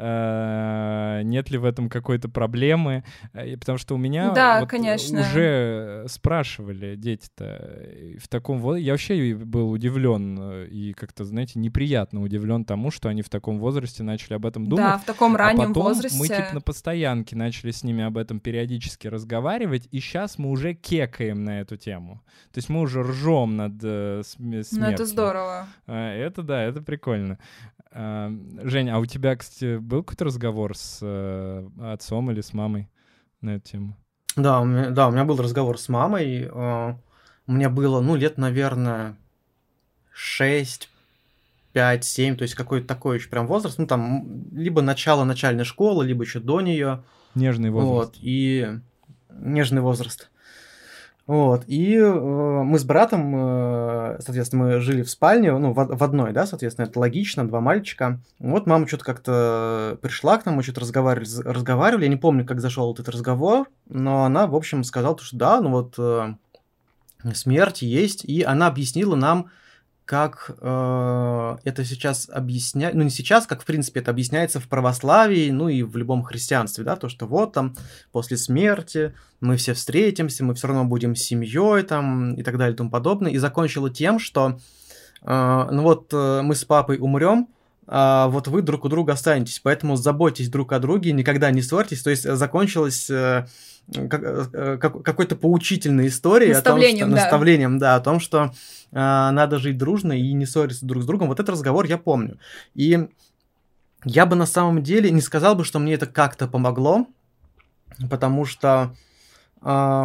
нет ли в этом какой-то проблемы, потому что у меня вот конечно. Уже спрашивали дети-то в таком возрасте, я вообще был удивлен и как-то, знаете, неприятно удивлен тому, что они в таком возрасте начали об этом думать. Да, в таком раннем потом возрасте. Мы типа на постоянке начали с ними об этом периодически разговаривать, и сейчас мы уже кекаем на эту тему. То есть мы уже ржем над смертью. Ну, это здорово. Это да, это прикольно. Жень, а у тебя, кстати, был какой-то разговор с отцом или с мамой на эту тему? Да, у меня был разговор с мамой. У меня было, лет, наверное, 6, 5, 7, то есть какой-то такой еще прям возраст. Там либо начало начальной школы, либо еще до нее. Нежный возраст. Вот, и... Нежный возраст. Вот. И мы с братом, соответственно, мы жили в спальне, в одной, да, соответственно, это логично, два мальчика. Вот мама что-то как-то пришла к нам, мы что-то разговаривали. Я не помню, как зашел этот разговор, но она, в общем, сказала, что да, смерть есть, и она объяснила нам, как это сейчас объясняется, не сейчас, как, в принципе, это объясняется в православии, и в любом христианстве, да, то, что вот там после смерти мы все встретимся, мы все равно будем семьей там и так далее и тому подобное, и закончила тем, что мы с папой умрем, а вот вы друг у друга останетесь, поэтому заботьтесь друг о друге, никогда не ссорьтесь, то есть закончилась какой-то поучительной историей наставлением, о том, что надо жить дружно и не ссориться друг с другом. Вот этот разговор я помню. И я бы на самом деле не сказал бы, что мне это как-то помогло, потому что,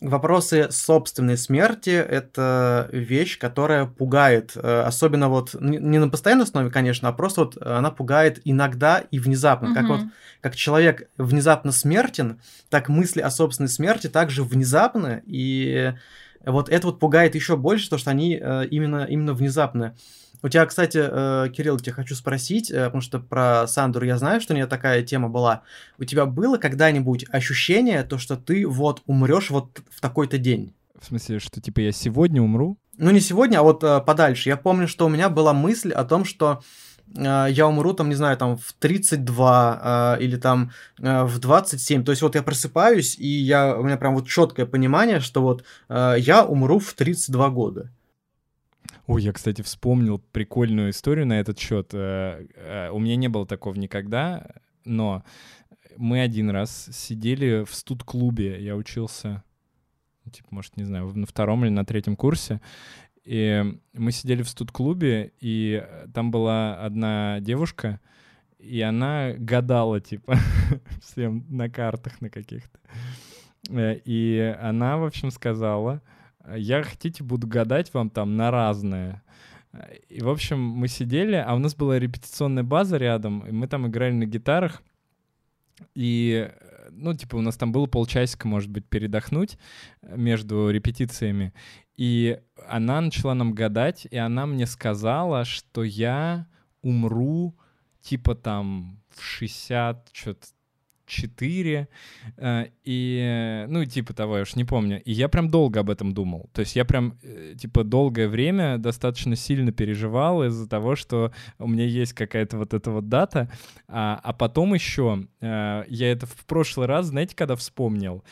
вопросы собственной смерти — это вещь, которая пугает, особенно вот не на постоянной основе, конечно, а просто вот она пугает иногда и внезапно. Как человек внезапно смертен, так мысли о собственной смерти также внезапны, и вот это вот пугает еще больше, то, что они именно внезапны. У тебя, кстати, Кирилл, тебя хочу спросить, потому что про Сандру я знаю, что у нее такая тема была. У тебя было когда-нибудь ощущение, то, что ты вот умрешь вот в такой-то день? В смысле, что типа я сегодня умру? Ну, не сегодня, а вот подальше. Я помню, что у меня была мысль о том, что я умру, там, не знаю, там, в 32 или там в 27. То есть вот я просыпаюсь, и у меня прям вот четкое понимание, что вот я умру в 32 года. Ой, я, кстати, вспомнил прикольную историю на этот счет. У меня не было такого никогда, но мы один раз сидели в студ-клубе. Я учился, типа, может, не знаю, на 2-м или на 3-м курсе. И мы сидели в студ-клубе, и там была одна девушка, и она гадала, типа, всем на картах на каких-то. И она, в общем, сказала: я, хотите, буду гадать вам там на разное. И, в общем, мы сидели, а у нас была репетиционная база рядом, и мы там играли на гитарах. И, ну, типа, у нас там было полчасика, может быть, передохнуть между репетициями. И она начала нам гадать, и она мне сказала, что я умру, типа, там, в 60, что-то 4, и, ну, типа того, я уж не помню. И я прям долго об этом думал. То есть я прям, типа, долгое время достаточно сильно переживал из-за того, что у меня есть какая-то вот эта вот дата. А потом еще, я это в прошлый раз, знаете, когда вспомнил?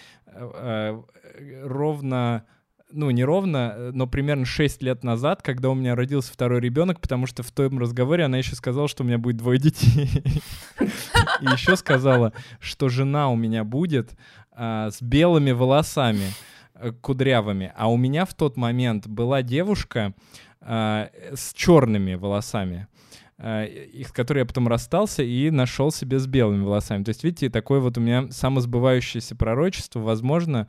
Ровно... Ну, не ровно, но примерно 6 лет назад, когда у меня родился второй ребенок, потому что в том разговоре она еще сказала, что у меня будет 2 детей. И еще сказала, что жена у меня будет с белыми волосами, кудрявыми. А у меня в тот момент была девушка с черными волосами, с которой я потом расстался и нашел себе с белыми волосами. То есть, видите, такое вот у меня самосбывающееся пророчество, возможно,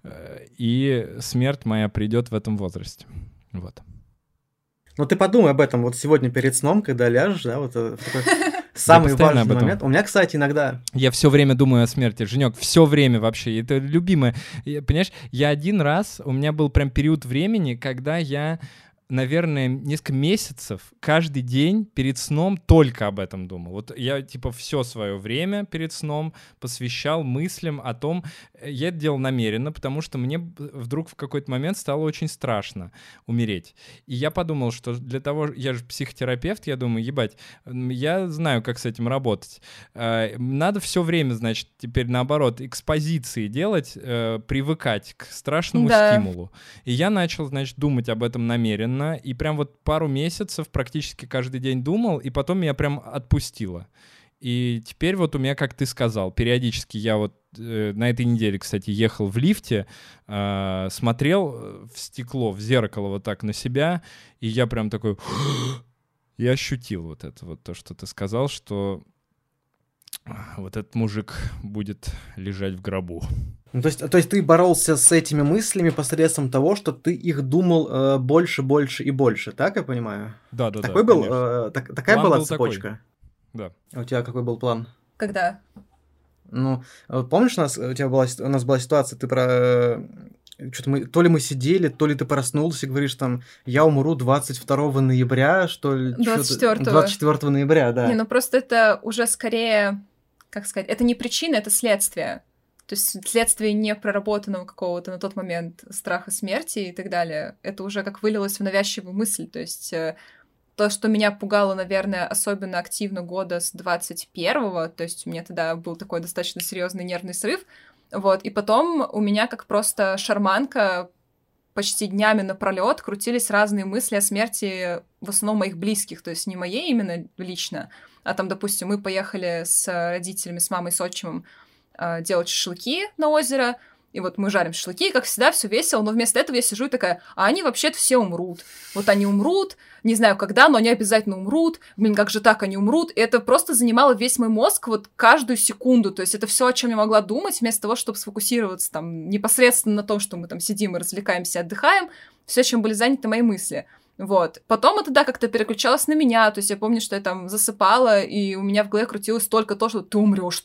и смерть моя придет в этом возрасте. Вот. Ну ты подумай об этом вот сегодня перед сном, когда ляжешь, да, вот такой самый важный момент. У меня, кстати, иногда... Я все время думаю о смерти, Женек, все время вообще. Это любимое. Понимаешь, я один раз, у меня был прям период времени, когда я, наверное, несколько месяцев каждый день перед сном только об этом думал. Вот я, типа, все свое время перед сном посвящал мыслям о том, я это делал намеренно, потому что мне вдруг в какой-то момент стало очень страшно умереть. И я подумал, что для того, я же психотерапевт, я думаю, ебать, я знаю, как с этим работать. Надо все время, значит, теперь наоборот, экспозиции делать, привыкать к страшному стимулу. И я начал, значит, думать об этом намеренно, и прям вот пару месяцев практически каждый день думал, и потом меня прям отпустило. И теперь вот у меня, как ты сказал, периодически я вот на этой неделе, кстати, ехал в лифте, смотрел в стекло, в зеркало вот так на себя, и я прям такой... Я ощутил вот это вот то, что ты сказал, что вот этот мужик будет лежать в гробу. Ну, то есть ты боролся с этими мыслями посредством того, что ты их думал больше, больше и больше, так я понимаю? Да. Такой был, такая была цепочка? Такой. Да. А у тебя какой был план? Когда? Ну, помнишь, у нас была ситуация, ты про... Что-то то ли мы сидели, то ли ты проснулся и говоришь там, я умру 22 ноября, что ли? 24 ноября, да. Не, ну просто это уже скорее, как сказать, это не причина, это следствие. То есть следствие не проработанного какого-то на тот момент страха смерти и так далее. Это уже как вылилось в навязчивую мысль. То есть то, что меня пугало, наверное, особенно активно года с 21-го, то есть у меня тогда был такой достаточно серьезный нервный срыв, вот, и потом у меня как просто шарманка почти днями напролёт крутились разные мысли о смерти в основном моих близких, то есть не моей именно лично, а там, допустим, мы поехали с родителями, с мамой, с отчимом делать шашлыки на озеро, и вот мы жарим шашлыки, как всегда, все весело, но вместо этого я сижу и такая, а они вообще-то все умрут. Вот они умрут, не знаю когда, но они обязательно умрут. Блин, как же так они умрут? И это просто занимало весь мой мозг вот каждую секунду. То есть это все, о чем я могла думать, вместо того, чтобы сфокусироваться там непосредственно на том, что мы там сидим и развлекаемся, отдыхаем. Все, чем были заняты мои мысли. Вот. Потом это, да, как-то переключалось на меня, то есть я помню, что я там засыпала, и у меня в голове крутилось только то, что ты умрешь,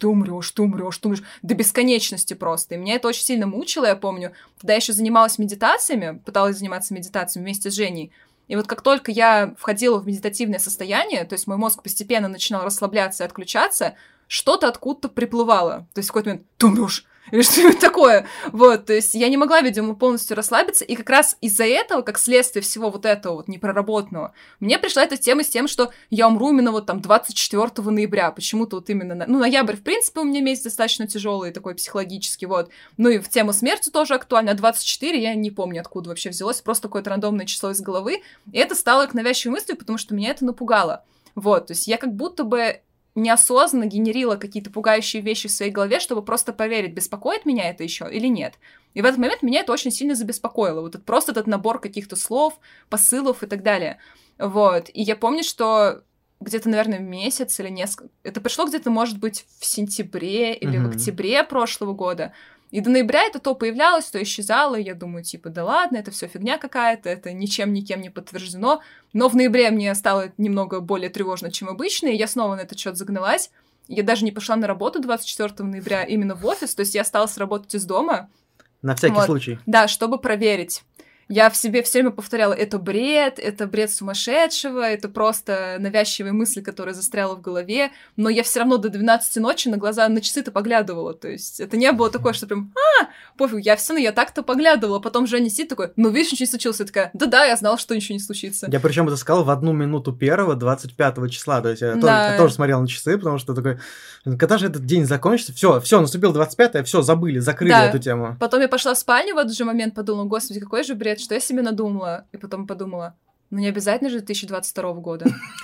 до бесконечности просто. И меня это очень сильно мучило, я помню. Тогда я еще занималась медитациями, пыталась заниматься медитациями вместе с Женей. И вот как только я входила в медитативное состояние, то есть мой мозг постепенно начинал расслабляться и отключаться, что-то откуда-то приплывало. То есть в какой-то момент ты умрешь, или что-нибудь такое. Вот, то есть я не могла, видимо, полностью расслабиться, и как раз из-за этого, как следствие всего вот этого вот непроработанного, мне пришла эта тема с тем, что я умру именно вот там 24 ноября, почему-то вот именно, ну, ноябрь, в принципе, у меня месяц достаточно тяжелый, такой психологический, вот, ну, и в тему смерти тоже актуально, а 24 я не помню, откуда вообще взялось, просто какое-то рандомное число из головы, и это стало к навязчивой мыслью, потому что меня это напугало, вот, то есть я как будто бы неосознанно генерила какие-то пугающие вещи в своей голове, чтобы просто проверить, беспокоит меня это еще или нет. И в этот момент меня это очень сильно забеспокоило. Вот просто этот набор каких-то слов, посылов и так далее. Вот. И я помню, что где-то, наверное, месяц или несколько... Это пришло где-то, может быть, в сентябре или в октябре прошлого года. И до ноября это то появлялось, то исчезало, и я думаю, типа, да ладно, это все фигня какая-то, это ничем никем не подтверждено. Но в ноябре мне стало немного более тревожно, чем обычно, и я снова на этот счет загналась. Я даже не пошла на работу 24 ноября именно в офис, то есть я осталась работать из дома. На всякий случай. Да, чтобы проверить. Я в себе все время повторяла, это бред сумасшедшего, это просто навязчивые мысли, которые застряла в голове, но я все равно до 12 ночи на глаза, на часы-то поглядывала, то есть это не было такое, что прям, пофиг, я все равно, я так-то поглядывала, потом Женя сидит такой, ну видишь, ничего не случилось, я такая, да-да, я знала, что ничего не случится. Я причем это сказал в 1 минуту первого, 25 числа, то есть я тоже смотрел на часы, потому что такой, когда же этот день закончится, все, наступил 25-е, все, забыли, закрыли эту тему. Потом я пошла в спальню в этот же момент, подумала, господи, какой же бред, что я себе надумала, и потом подумала, ну не обязательно же 2022 года.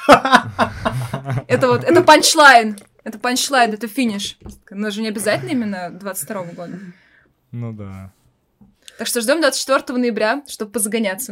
Это вот, это панчлайн, это финиш. Но же не обязательно именно 22 года. Ну да. Так что ждем 24 ноября, чтобы позагоняться.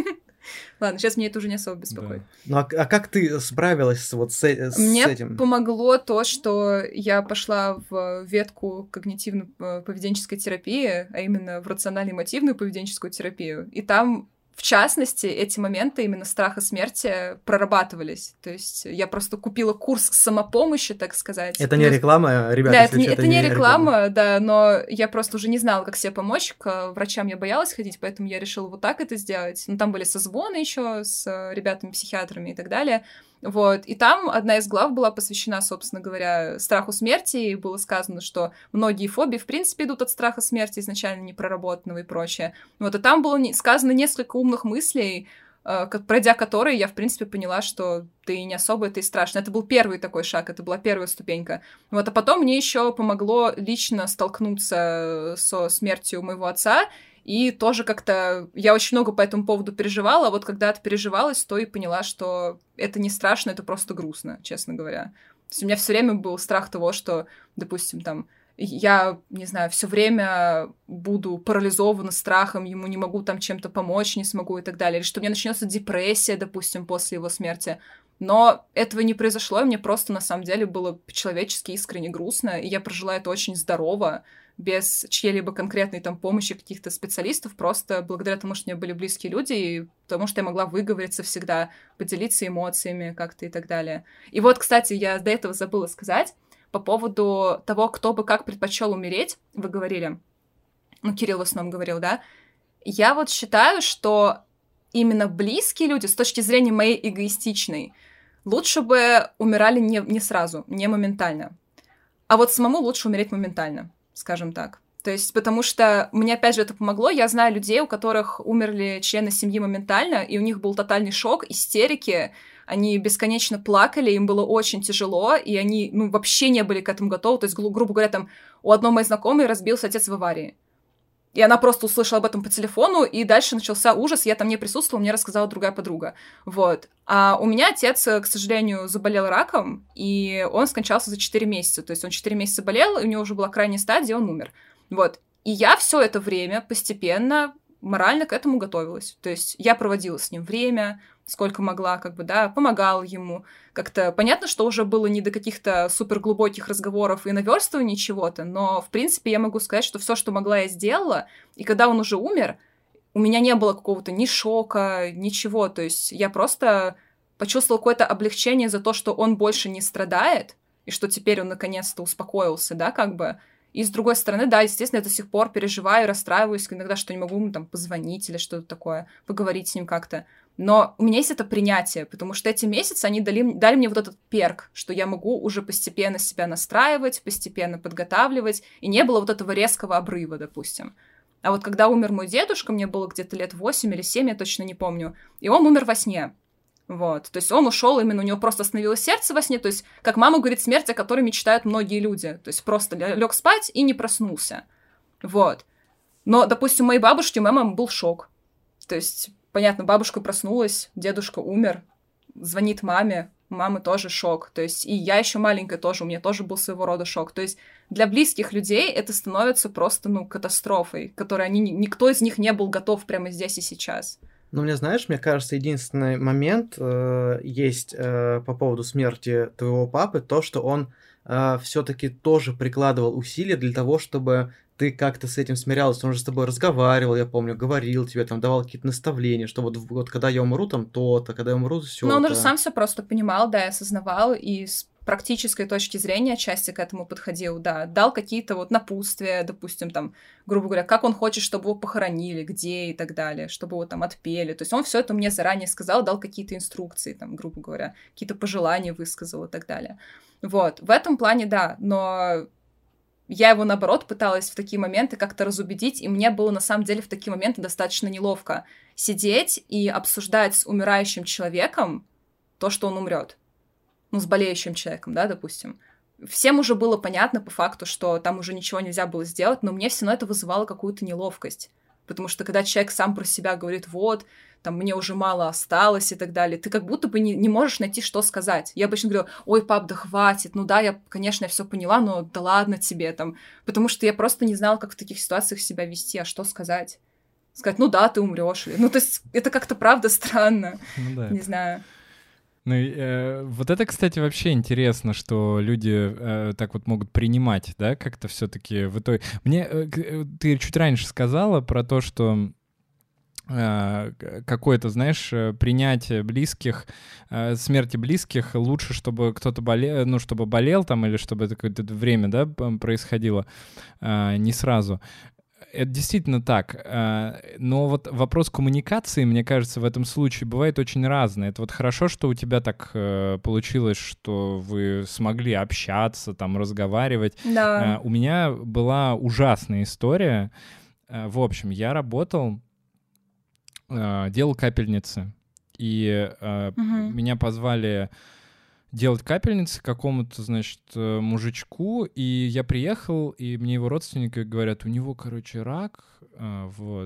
Ладно, сейчас меня это уже не особо беспокоит. Ну а как ты справилась с этим? Мне помогло то, что я пошла в ветку когнитивно-поведенческой терапии, а именно в рационально-эмотивную поведенческую терапию. И там, в частности, эти моменты именно страха смерти прорабатывались. То есть я просто купила курс самопомощи, так сказать. Это не реклама, ребята? Да, это не реклама, да, но я просто уже не знала, как себе помочь. К врачам я боялась ходить, поэтому я решила вот так это сделать. Ну, там были созвоны еще с ребятами-психиатрами и так далее. Вот, и там одна из глав была посвящена, собственно говоря, страху смерти, и было сказано, что многие фобии, в принципе, идут от страха смерти, изначально непроработанного и прочее. Вот, и там было сказано несколько умных мыслей, пройдя которые я, в принципе, поняла, что ты не особо это и страшно. Это был первый такой шаг, это была первая ступенька. Вот, а потом мне еще помогло лично столкнуться со смертью моего отца, и тоже как-то я очень много по этому поводу переживала, а вот когда отпереживалась, то и поняла, что это не страшно, это просто грустно, честно говоря. То есть у меня все время был страх того, что, допустим, там, я, не знаю, все время буду парализована страхом, ему не могу там чем-то помочь, не смогу и так далее, или что у меня начнется депрессия, допустим, после его смерти. Но этого не произошло, и мне просто, на самом деле, было по-человечески искренне грустно, и я прожила это очень здорово, без чьей-либо конкретной там помощи каких-то специалистов, просто благодаря тому, что у меня были близкие люди, и потому что я могла выговориться всегда, поделиться эмоциями как-то и так далее. И вот, кстати, я до этого забыла сказать по поводу того, кто бы как предпочел умереть, вы говорили, ну, Кирилл в основном говорил, да, я вот считаю, что именно близкие люди, с точки зрения моей эгоистичной, лучше бы умирали не сразу, не моментально, а вот самому лучше умереть моментально, скажем так. То есть, потому что мне, опять же, это помогло. Я знаю людей, у которых умерли члены семьи моментально, и у них был тотальный шок, истерики. Они бесконечно плакали, им было очень тяжело, и они, ну, вообще не были к этому готовы. То есть, грубо говоря, там, у одной моей знакомой разбился отец в аварии. И она просто услышала об этом по телефону, и дальше начался ужас. Я там не присутствовала, мне рассказала другая подруга. Вот. А у меня отец, к сожалению, заболел раком, и он скончался за 4 месяца. То есть он 4 месяца болел, и у него уже была крайняя стадия, он умер. Вот. И я все это время постепенно морально к этому готовилась. То есть я проводила с ним время, сколько могла, как бы, да, помогала ему. Как-то понятно, что уже было не до каких-то суперглубоких разговоров и наверстываний чего-то, но, в принципе, я могу сказать, что все, что могла, я сделала. И когда он уже умер, у меня не было какого-то ни шока, ничего. То есть я просто почувствовала какое-то облегчение за то, что он больше не страдает, и что теперь он наконец-то успокоился, да, как бы. И с другой стороны, да, естественно, я до сих пор переживаю, расстраиваюсь иногда, что не могу ему там позвонить или что-то такое, поговорить с ним как-то. Но у меня есть это принятие, потому что эти месяцы, они дали мне вот этот перк, что я могу уже постепенно себя настраивать, постепенно подготавливать, и не было вот этого резкого обрыва, допустим. А вот когда умер мой дедушка, мне было где-то лет 8 или 7, я точно не помню, и он умер во сне. Вот, то есть он ушел именно, у него просто остановилось сердце во сне, то есть, как мама говорит, смерть, о которой мечтают многие люди, то есть просто лег спать и не проснулся. Вот. Но, допустим, у моей бабушки, у моей мамы был шок. То есть, понятно, бабушка проснулась, дедушка умер, звонит маме, у мамы тоже шок. То есть, и я еще маленькая тоже, у меня тоже был своего рода шок. То есть, для близких людей это становится просто, катастрофой, которой никто из них не был готов прямо здесь и сейчас. Ну, мне кажется, единственный момент есть по поводу смерти твоего папы, то, что он все-таки тоже прикладывал усилия для того, чтобы ты как-то с этим смирялась. Он же с тобой разговаривал, я помню, говорил тебе, там, давал какие-то наставления, что вот когда я умру, там то-то, когда я умру, все. Но он уже сам все просто понимал, да, и осознавал, и с практической точки зрения отчасти к этому подходил, да, дал какие-то вот напутствия, допустим, там, грубо говоря, как он хочет, чтобы его похоронили, где и так далее, чтобы его там отпели. То есть он все это мне заранее сказал, дал какие-то инструкции, там, грубо говоря, какие-то пожелания высказал и так далее. Вот, в этом плане, да, но я его, наоборот, пыталась в такие моменты как-то разубедить, и мне было, на самом деле, в такие моменты достаточно неловко сидеть и обсуждать с умирающим человеком то, что он умрет. С болеющим человеком, да, допустим. Всем уже было понятно по факту, что там уже ничего нельзя было сделать, но мне все равно это вызывало какую-то неловкость. Потому что когда человек сам про себя говорит, вот, там, мне уже мало осталось и так далее, ты как будто бы не можешь найти, что сказать. Я обычно говорю, ой, пап, да хватит, ну да, конечно, я все поняла, но да ладно тебе, там, потому что я просто не знала, как в таких ситуациях себя вести, а что сказать. Сказать, ну да, ты умрешь. Ну, то есть, это как-то правда странно. Ну, да. Не знаю. Ну, вот это, кстати, вообще интересно, что люди так вот могут принимать, да, как-то все-таки в итоге. Ты чуть раньше сказала про то, что какое-то, знаешь, принятие близких, смерти близких лучше, чтобы кто-то болел, ну, чтобы болел там, или чтобы это какое-то время, да, происходило не сразу. Это действительно так, но вот вопрос коммуникации, мне кажется, в этом случае бывает очень разный. Это вот хорошо, что у тебя так получилось, что вы смогли общаться, там, разговаривать. Да. У меня была ужасная история. В общем, я работал, делал капельницы, и меня позвали делать капельницы какому-то, значит, мужичку, и я приехал, и мне его родственники говорят, у него, короче, рак, вот,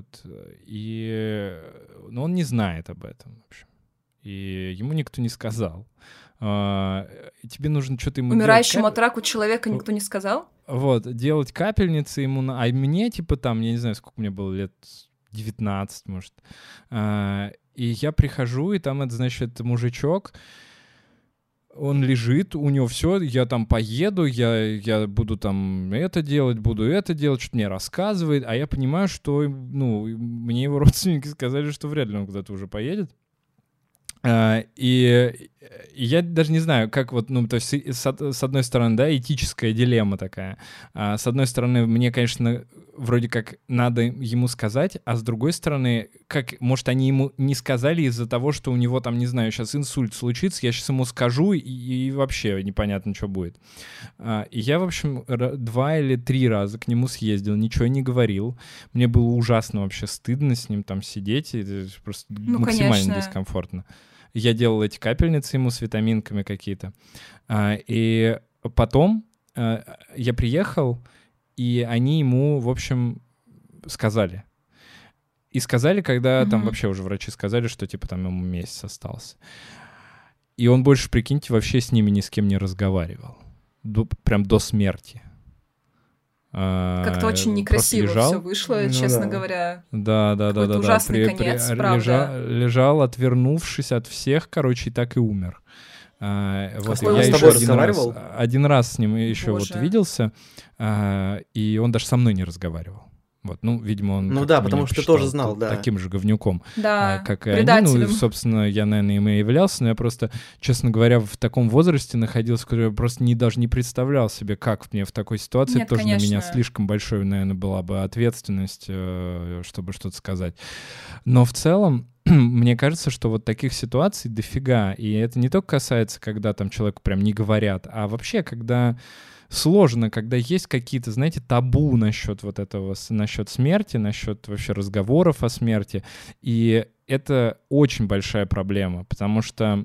но он не знает об этом, в общем, и ему никто не сказал. Тебе нужно что-то ему умирающему от рака человека никто не сказал? Вот, делать капельницы ему, а мне, типа, там, я не знаю, сколько мне было лет, 19, может, и я прихожу, и там, это, значит, мужичок, он лежит, у него все, я там поеду, я буду там это делать, что-то мне рассказывает, а я понимаю, что, мне его родственники сказали, что вряд ли он куда-то уже поедет. И я даже не знаю, как вот, то есть с одной стороны, да, этическая дилемма такая. С одной стороны, мне, конечно, вроде как надо ему сказать, а с другой стороны, может, они ему не сказали из-за того, что у него там, не знаю, сейчас инсульт случится, я сейчас ему скажу, и вообще непонятно, что будет. И я, в общем, 2 или 3 раза к нему съездил, ничего не говорил. Мне было ужасно вообще стыдно с ним там сидеть, это просто максимально дискомфортно. Я делал эти капельницы ему с витаминками какие-то. И потом я приехал, и они ему, в общем, сказали. И сказали, когда там вообще уже врачи сказали, что типа там ему месяц остался. И он больше, прикиньте, вообще с ними ни с кем не разговаривал. Прям до смерти. Как-то очень некрасиво все вышло, честно говоря. Да. Ужасный конец, правда. Лежал, отвернувшись от всех, короче, и так и умер. Вот, я с тобой разговаривал? Один раз с ним еще вот виделся, и он даже со мной не разговаривал. Вот, ну, видимо, он... Ну да, потому что ты тоже знал, да. Таким же говнюком, да, как и они. Ну, собственно, я, наверное, им и являлся, но я просто, честно говоря, в таком возрасте находился, который я просто даже не представлял себе, как мне в такой ситуации. Нет, тоже конечно. На меня слишком большой, наверное, была бы ответственность, чтобы что-то сказать. Но в целом, мне кажется, что вот таких ситуаций дофига. И это не только касается, когда там человеку прям не говорят, а вообще, когда... Сложно, когда есть какие-то, знаете, табу насчет вот этого, насчет смерти, насчет вообще разговоров о смерти. И это очень большая проблема, потому что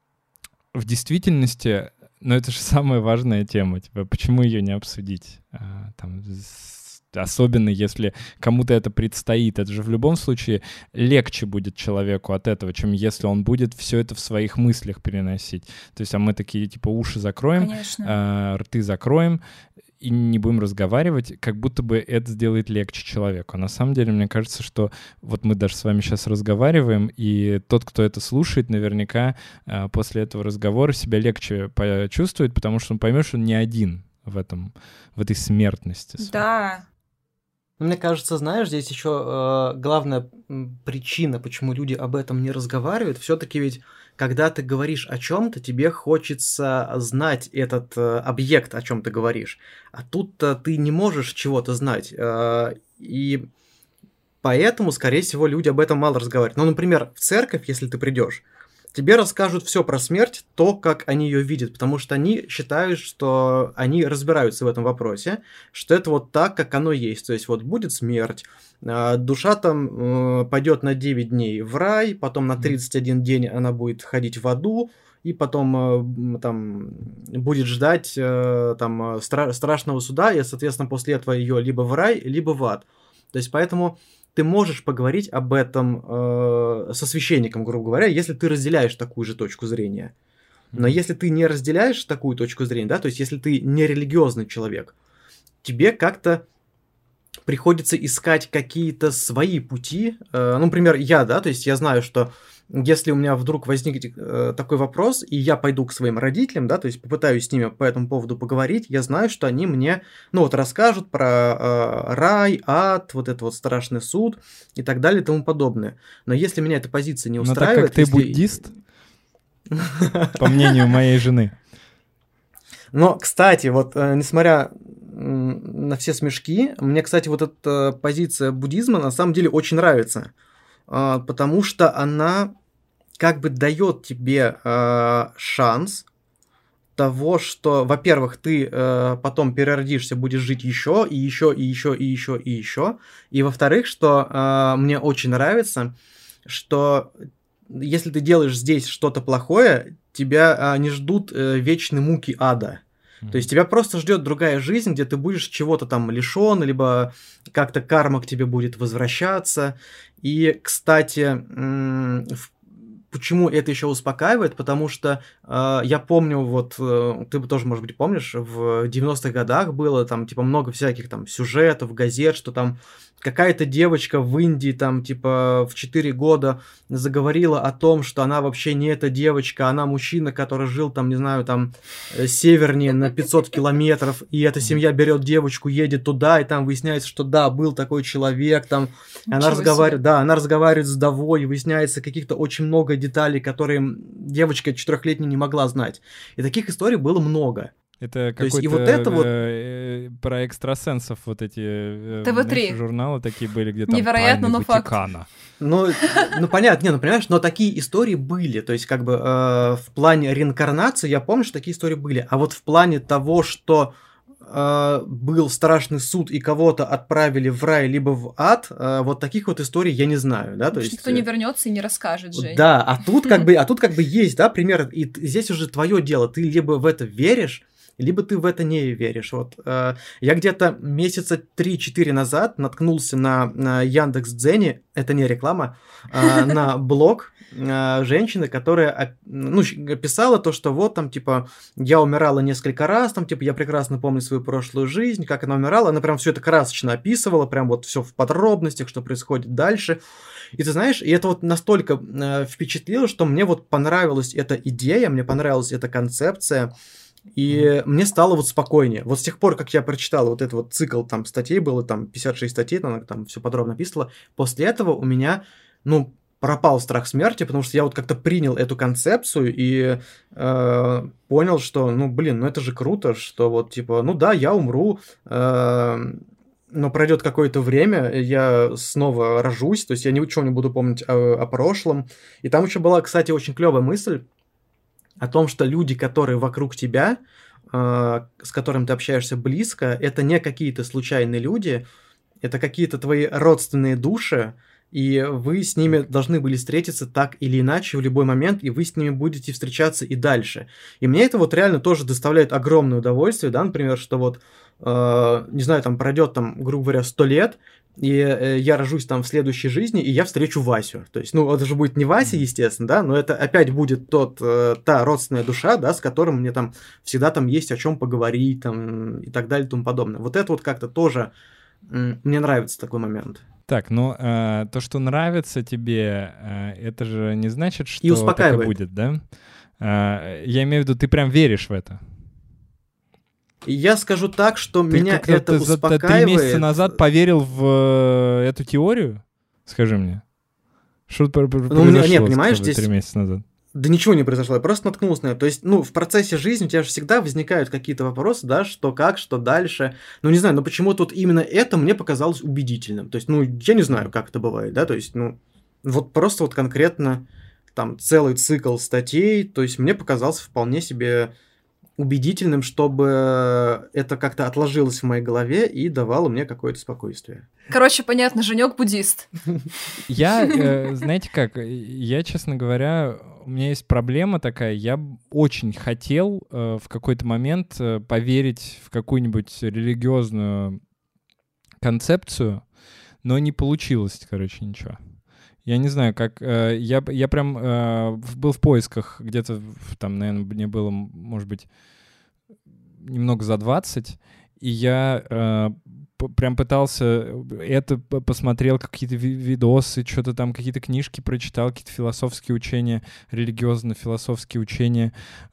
в действительности, ну это же самая важная тема, типа, почему ее не обсудить? Там, особенно если кому-то это предстоит. Это же в любом случае легче будет человеку от этого, чем если он будет все это в своих мыслях переносить. То есть, а мы такие, типа, уши закроем, рты закроем и не будем разговаривать, как будто бы это сделает легче человеку. А на самом деле, мне кажется, что вот мы даже с вами сейчас разговариваем, и тот, кто это слушает, наверняка после этого разговора себя легче почувствует, потому что он поймет, что он не один в этой смертности. Да. Мне кажется, знаешь, здесь еще главная причина, почему люди об этом не разговаривают, все-таки ведь, когда ты говоришь о чем-то, тебе хочется знать этот объект, о чем ты говоришь. А тут-то ты не можешь чего-то знать. И поэтому, скорее всего, люди об этом мало разговаривают. Ну, например, в церковь, если ты придешь, тебе расскажут все про смерть, то, как они ее видят, потому что они считают, что они разбираются в этом вопросе, что это вот так, как оно есть. То есть вот будет смерть, душа там пойдет на 9 дней в рай, потом на 31 день она будет ходить в аду, и потом там будет ждать там страшного суда, и, соответственно, после этого ее либо в рай, либо в ад. То есть поэтому... Ты можешь поговорить об этом со священником, грубо говоря, если ты разделяешь такую же точку зрения. Но если ты не разделяешь такую точку зрения, да, то есть если ты не религиозный человек, тебе как-то приходится искать какие-то свои пути. Ну, например, я, да, то есть я знаю, что если у меня вдруг возникнет такой вопрос, и я пойду к своим родителям, да, то есть попытаюсь с ними по этому поводу поговорить, я знаю, что они мне, ну, вот расскажут про рай, ад, вот этот вот страшный суд и так далее и тому подобное. Но если меня эта позиция не устраивает... Но так как ты буддист, по мнению моей жены. Но, кстати, вот несмотря на все смешки, мне, кстати, вот эта позиция буддизма на самом деле очень нравится. Потому что она как бы дает тебе шанс того, что, во-первых, ты потом переродишься, будешь жить еще, и еще, и еще, и еще, и еще. И во-вторых, что мне очень нравится, что если ты делаешь здесь что-то плохое, тебя не ждут вечные муки ада. То есть тебя просто ждет другая жизнь, где ты будешь чего-то там лишен, либо как-то карма к тебе будет возвращаться. И, кстати, почему это еще успокаивает? Потому что я помню, вот ты тоже, может быть, помнишь, в 90-х годах было там типа много всяких там сюжетов, газет, что там какая-то девочка в Индии там типа в 4 года заговорила о том, что она вообще не эта девочка, она мужчина, который жил там, не знаю, там севернее на 500 километров, и эта семья берет девочку, едет туда, и там выясняется, что да, был такой человек, там она разговаривает, да, она разговаривает с вдовой, и выясняется каких-то очень много деталей, которые девочка 4-летняя не могла знать. И таких историй было много. Это какой-то вот это вот... про экстрасенсов вот эти ТВ3 журналы такие были, где там невероятно, тайны но Ватикана. Ну, понятно, понимаешь, но такие истории были, то есть как бы в плане реинкарнации я помню, что такие истории были, а вот в плане того, что был страшный суд и кого-то отправили в рай либо в ад, вот таких вот историй я не знаю, да, то есть... Никто не вернется и не расскажет, Жень. Да, а тут как бы есть, да, пример, и здесь уже твое дело, ты либо в это веришь, либо ты в это не веришь. Вот я где-то месяца 3-4 назад наткнулся на Яндекс.Дзене, это не реклама, на блог женщины, которая писала то, что вот там, типа, я умирала несколько раз, там, типа, я прекрасно помню свою прошлую жизнь, как она умирала, она прям все это красочно описывала, прям вот все в подробностях, что происходит дальше. И ты знаешь, и это вот настолько впечатлило, что мне вот понравилась эта идея, мне понравилась эта концепция, и мне стало вот спокойнее. Вот с тех пор, как я прочитал вот этот вот цикл там статей, было там 56 статей, она там все подробно описывала, после этого у меня, пропал страх смерти, потому что я вот как-то принял эту концепцию и понял, что, это же круто, что вот типа, да, я умру, но пройдет какое-то время, я снова рожусь, то есть я ничего не буду помнить о прошлом. И там еще была, кстати, очень клевая мысль о том, что люди, которые вокруг тебя, с которыми ты общаешься близко, это не какие-то случайные люди, это какие-то твои родственные души, и вы с ними должны были встретиться так или иначе в любой момент, и вы с ними будете встречаться и дальше. И мне это вот реально тоже доставляет огромное удовольствие, да, например, что вот, не знаю, там пройдет, там, грубо говоря, 100 лет, и я рожусь там в следующей жизни, и я встречу Васю. То есть, это же будет не Вася, естественно, да, но это опять будет та родственная душа, да, с которым мне там всегда там есть о чем поговорить, там, и так далее, и тому подобное. Вот это вот как-то тоже мне нравится такой момент. Так, то, что нравится тебе, это же не значит, что и успокаивает. Так и будет, да? Я имею в виду, ты прям веришь в это? Я скажу так, что меня это успокаивает. Ты 3 месяца назад поверил в эту теорию? Скажи мне. Что произошло, нет, понимаешь, здесь 3 месяца назад? Да ничего не произошло, я просто наткнулся на это. То есть, в процессе жизни у тебя же всегда возникают какие-то вопросы, да, что как, что дальше. Не знаю, но почему-то вот именно это мне показалось убедительным. То есть, я не знаю, как это бывает, да, то есть, вот просто вот конкретно там целый цикл статей, то есть, мне показался вполне себе убедительным, чтобы это как-то отложилось в моей голове и давало мне какое-то спокойствие. Короче, понятно, Женёк буддист. Я, знаете как, я, честно говоря, у меня есть проблема такая, я очень хотел в какой-то момент поверить в какую-нибудь религиозную концепцию, но не получилось, ничего. Я не знаю, как... Я прям был в поисках где-то, там, наверное, мне было, может быть, немного за 20, и я прям пытался посмотрел какие-то видосы, что-то там, какие-то книжки прочитал, какие-то философские учения, религиозно-философские учения,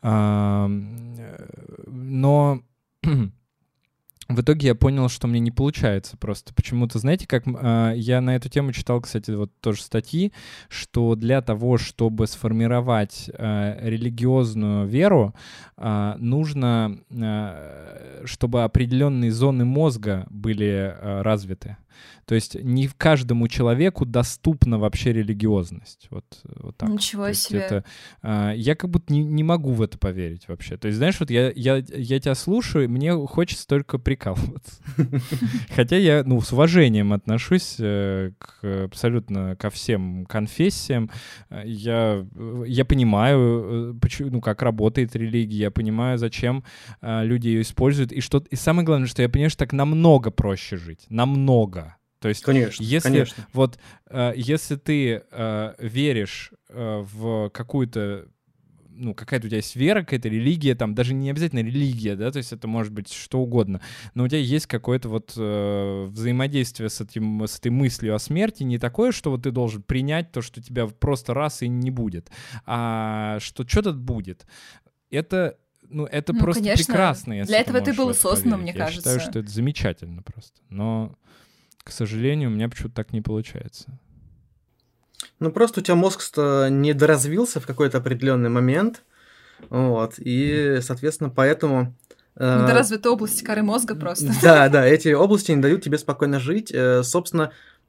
но... В итоге я понял, что мне не получается просто. Почему-то, знаете, как я на эту тему читал, кстати, вот тоже статьи, что для того, чтобы сформировать религиозную веру, нужно, чтобы определенные зоны мозга были развиты. То есть не каждому человеку доступна вообще религиозность. Вот так. Ничего себе. Я как будто не могу в это поверить вообще. То есть, знаешь, вот я тебя слушаю, мне хочется только прикалываться. Хотя я, с уважением отношусь абсолютно ко всем конфессиям. Я понимаю, как работает религия, я понимаю, зачем люди ее используют. И самое главное, что я понимаю, что так намного проще жить. Намного. То есть, конечно. Если ты веришь в какую-то, какая-то у тебя есть вера, какая-то религия, там даже не обязательно религия, да, то есть это может быть что угодно, но у тебя есть какое-то взаимодействие с этой мыслью о смерти, не такое, что вот ты должен принять то, что тебя просто раз и не будет, а что что-то будет. Это просто конечно. Прекрасно. Если для этого ты был поверить. создан, мне кажется. Я считаю, что это замечательно просто. Но, к сожалению, у меня почему-то так не получается. Просто у тебя мозг недоразвился в какой-то определенный момент, и, соответственно, поэтому... Недоразвитые области коры мозга просто. Да, эти области не дают тебе спокойно жить. Собственно,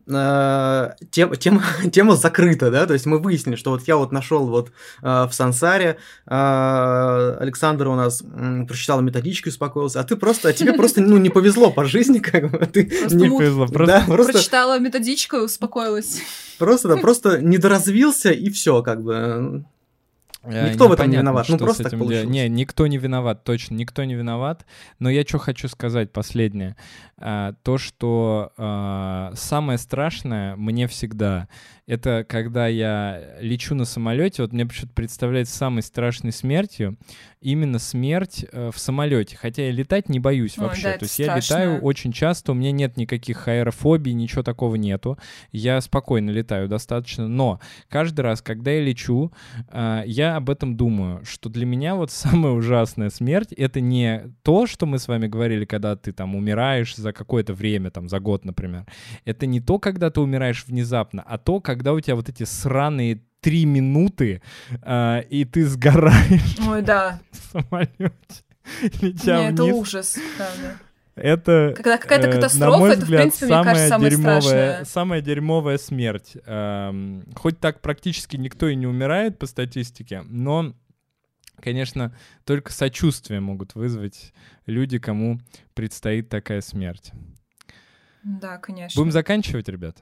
тема закрыта, да, то есть мы выяснили, что я нашел в Сансаре, Александр у нас прочитал методичку и успокоился, а тебе просто не повезло по жизни, ты не повезло, просто прочитала методичку и успокоилась. Просто недоразвился и все, Никто в этом не виноват, ну просто так получилось. Не, никто не виноват, точно, никто не виноват. Но я что хочу сказать, последнее. То, что самое страшное мне всегда, это когда я лечу на самолете, вот мне почему-то представляется самой страшной смертью именно смерть в самолете. Хотя я летать не боюсь вообще. Да, то есть страшно. я летаю очень часто, у меня нет никаких аэрофобий, ничего такого нету. Я спокойно летаю достаточно. Но каждый раз, когда я лечу, я об этом думаю, что для меня вот самая ужасная смерть — это не то, что мы с вами говорили, когда ты там умираешь за какое-то время, там за год, например. Это не то, когда ты умираешь внезапно, а то, когда у тебя вот эти сраные 3 минуты, и ты сгораешь. Ой, да. В самолете, летя вниз. Это ужас, правда. Это, когда какая-то катастрофа, на мой это, взгляд, в принципе, мне кажется, самое страшное. Самая дерьмовая смерть. Хоть так практически никто и не умирает по статистике, но, конечно, только сочувствие могут вызвать люди, кому предстоит такая смерть. Да, конечно. Будем заканчивать, ребят?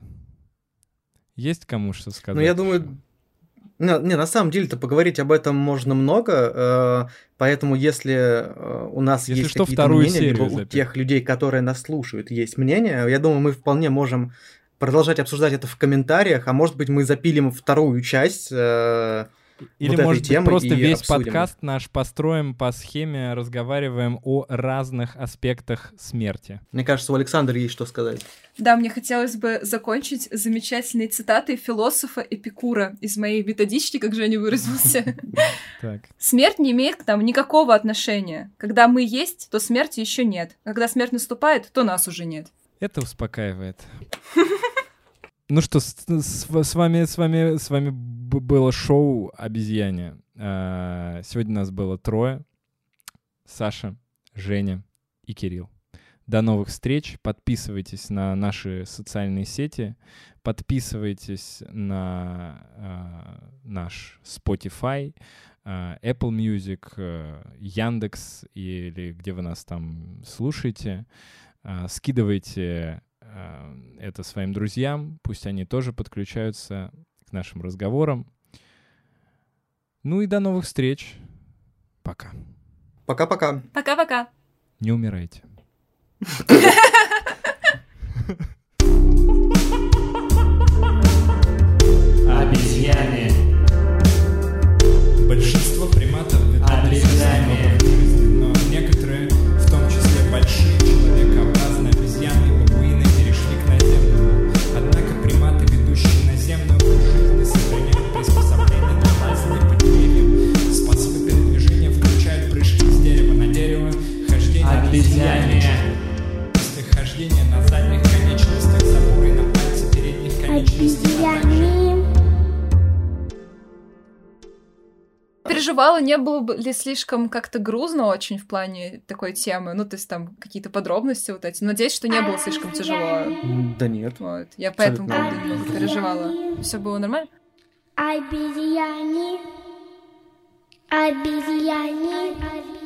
Есть кому что сказать? Ну, я думаю... Не, на самом деле-то поговорить об этом можно много, поэтому если у нас есть какие-то мнения, либо у тех людей, которые нас слушают, есть мнение, я думаю, мы вполне можем продолжать обсуждать это в комментариях, а может быть, мы запилим вторую часть или, вот может этой темы быть, просто и весь обсудим. Подкаст наш построим по схеме, разговариваем о разных аспектах смерти. Мне кажется, у Александра есть что сказать. Да, мне хотелось бы закончить замечательной цитатой философа Эпикура из моей методички, как Женя выразился. Смерть не имеет к нам никакого отношения. Когда мы есть, то смерти еще нет. Когда смерть наступает, то нас уже нет. Это успокаивает. Ну что, с вами было шоу «Обезьяне». Сегодня нас было 3. Саша, Женя и Кирилл. До новых встреч. Подписывайтесь на наши социальные сети. Подписывайтесь на наш Spotify, Apple Music, Яндекс или где вы нас там слушаете. Скидывайте это своим друзьям, пусть они тоже подключаются к нашим разговорам. Ну и до новых встреч. Пока. Пока-пока. Пока-пока. Не умирайте. Обезьяне. Большинство приматов обезьяне. Но некоторые, в том числе большие человекообразные обезьяны, бабуины, перешли к наземному. Однако приматы, ведущие наземную жизнь, сохраняют приспособления для лазания по деревьям. Способы передвижения включают прыжки с дерева на дерево, хождение обезьяне. Хождение на задних конечностях, заборы на пальце передних конечностей. Переживала, не было ли слишком как-то грузно очень в плане такой темы? Ну, то есть там какие-то подробности вот эти. Надеюсь, что не было слишком тяжело. Да нет. Вот. Я по этому поводу немного переживала. Все было нормально? Обезьяне.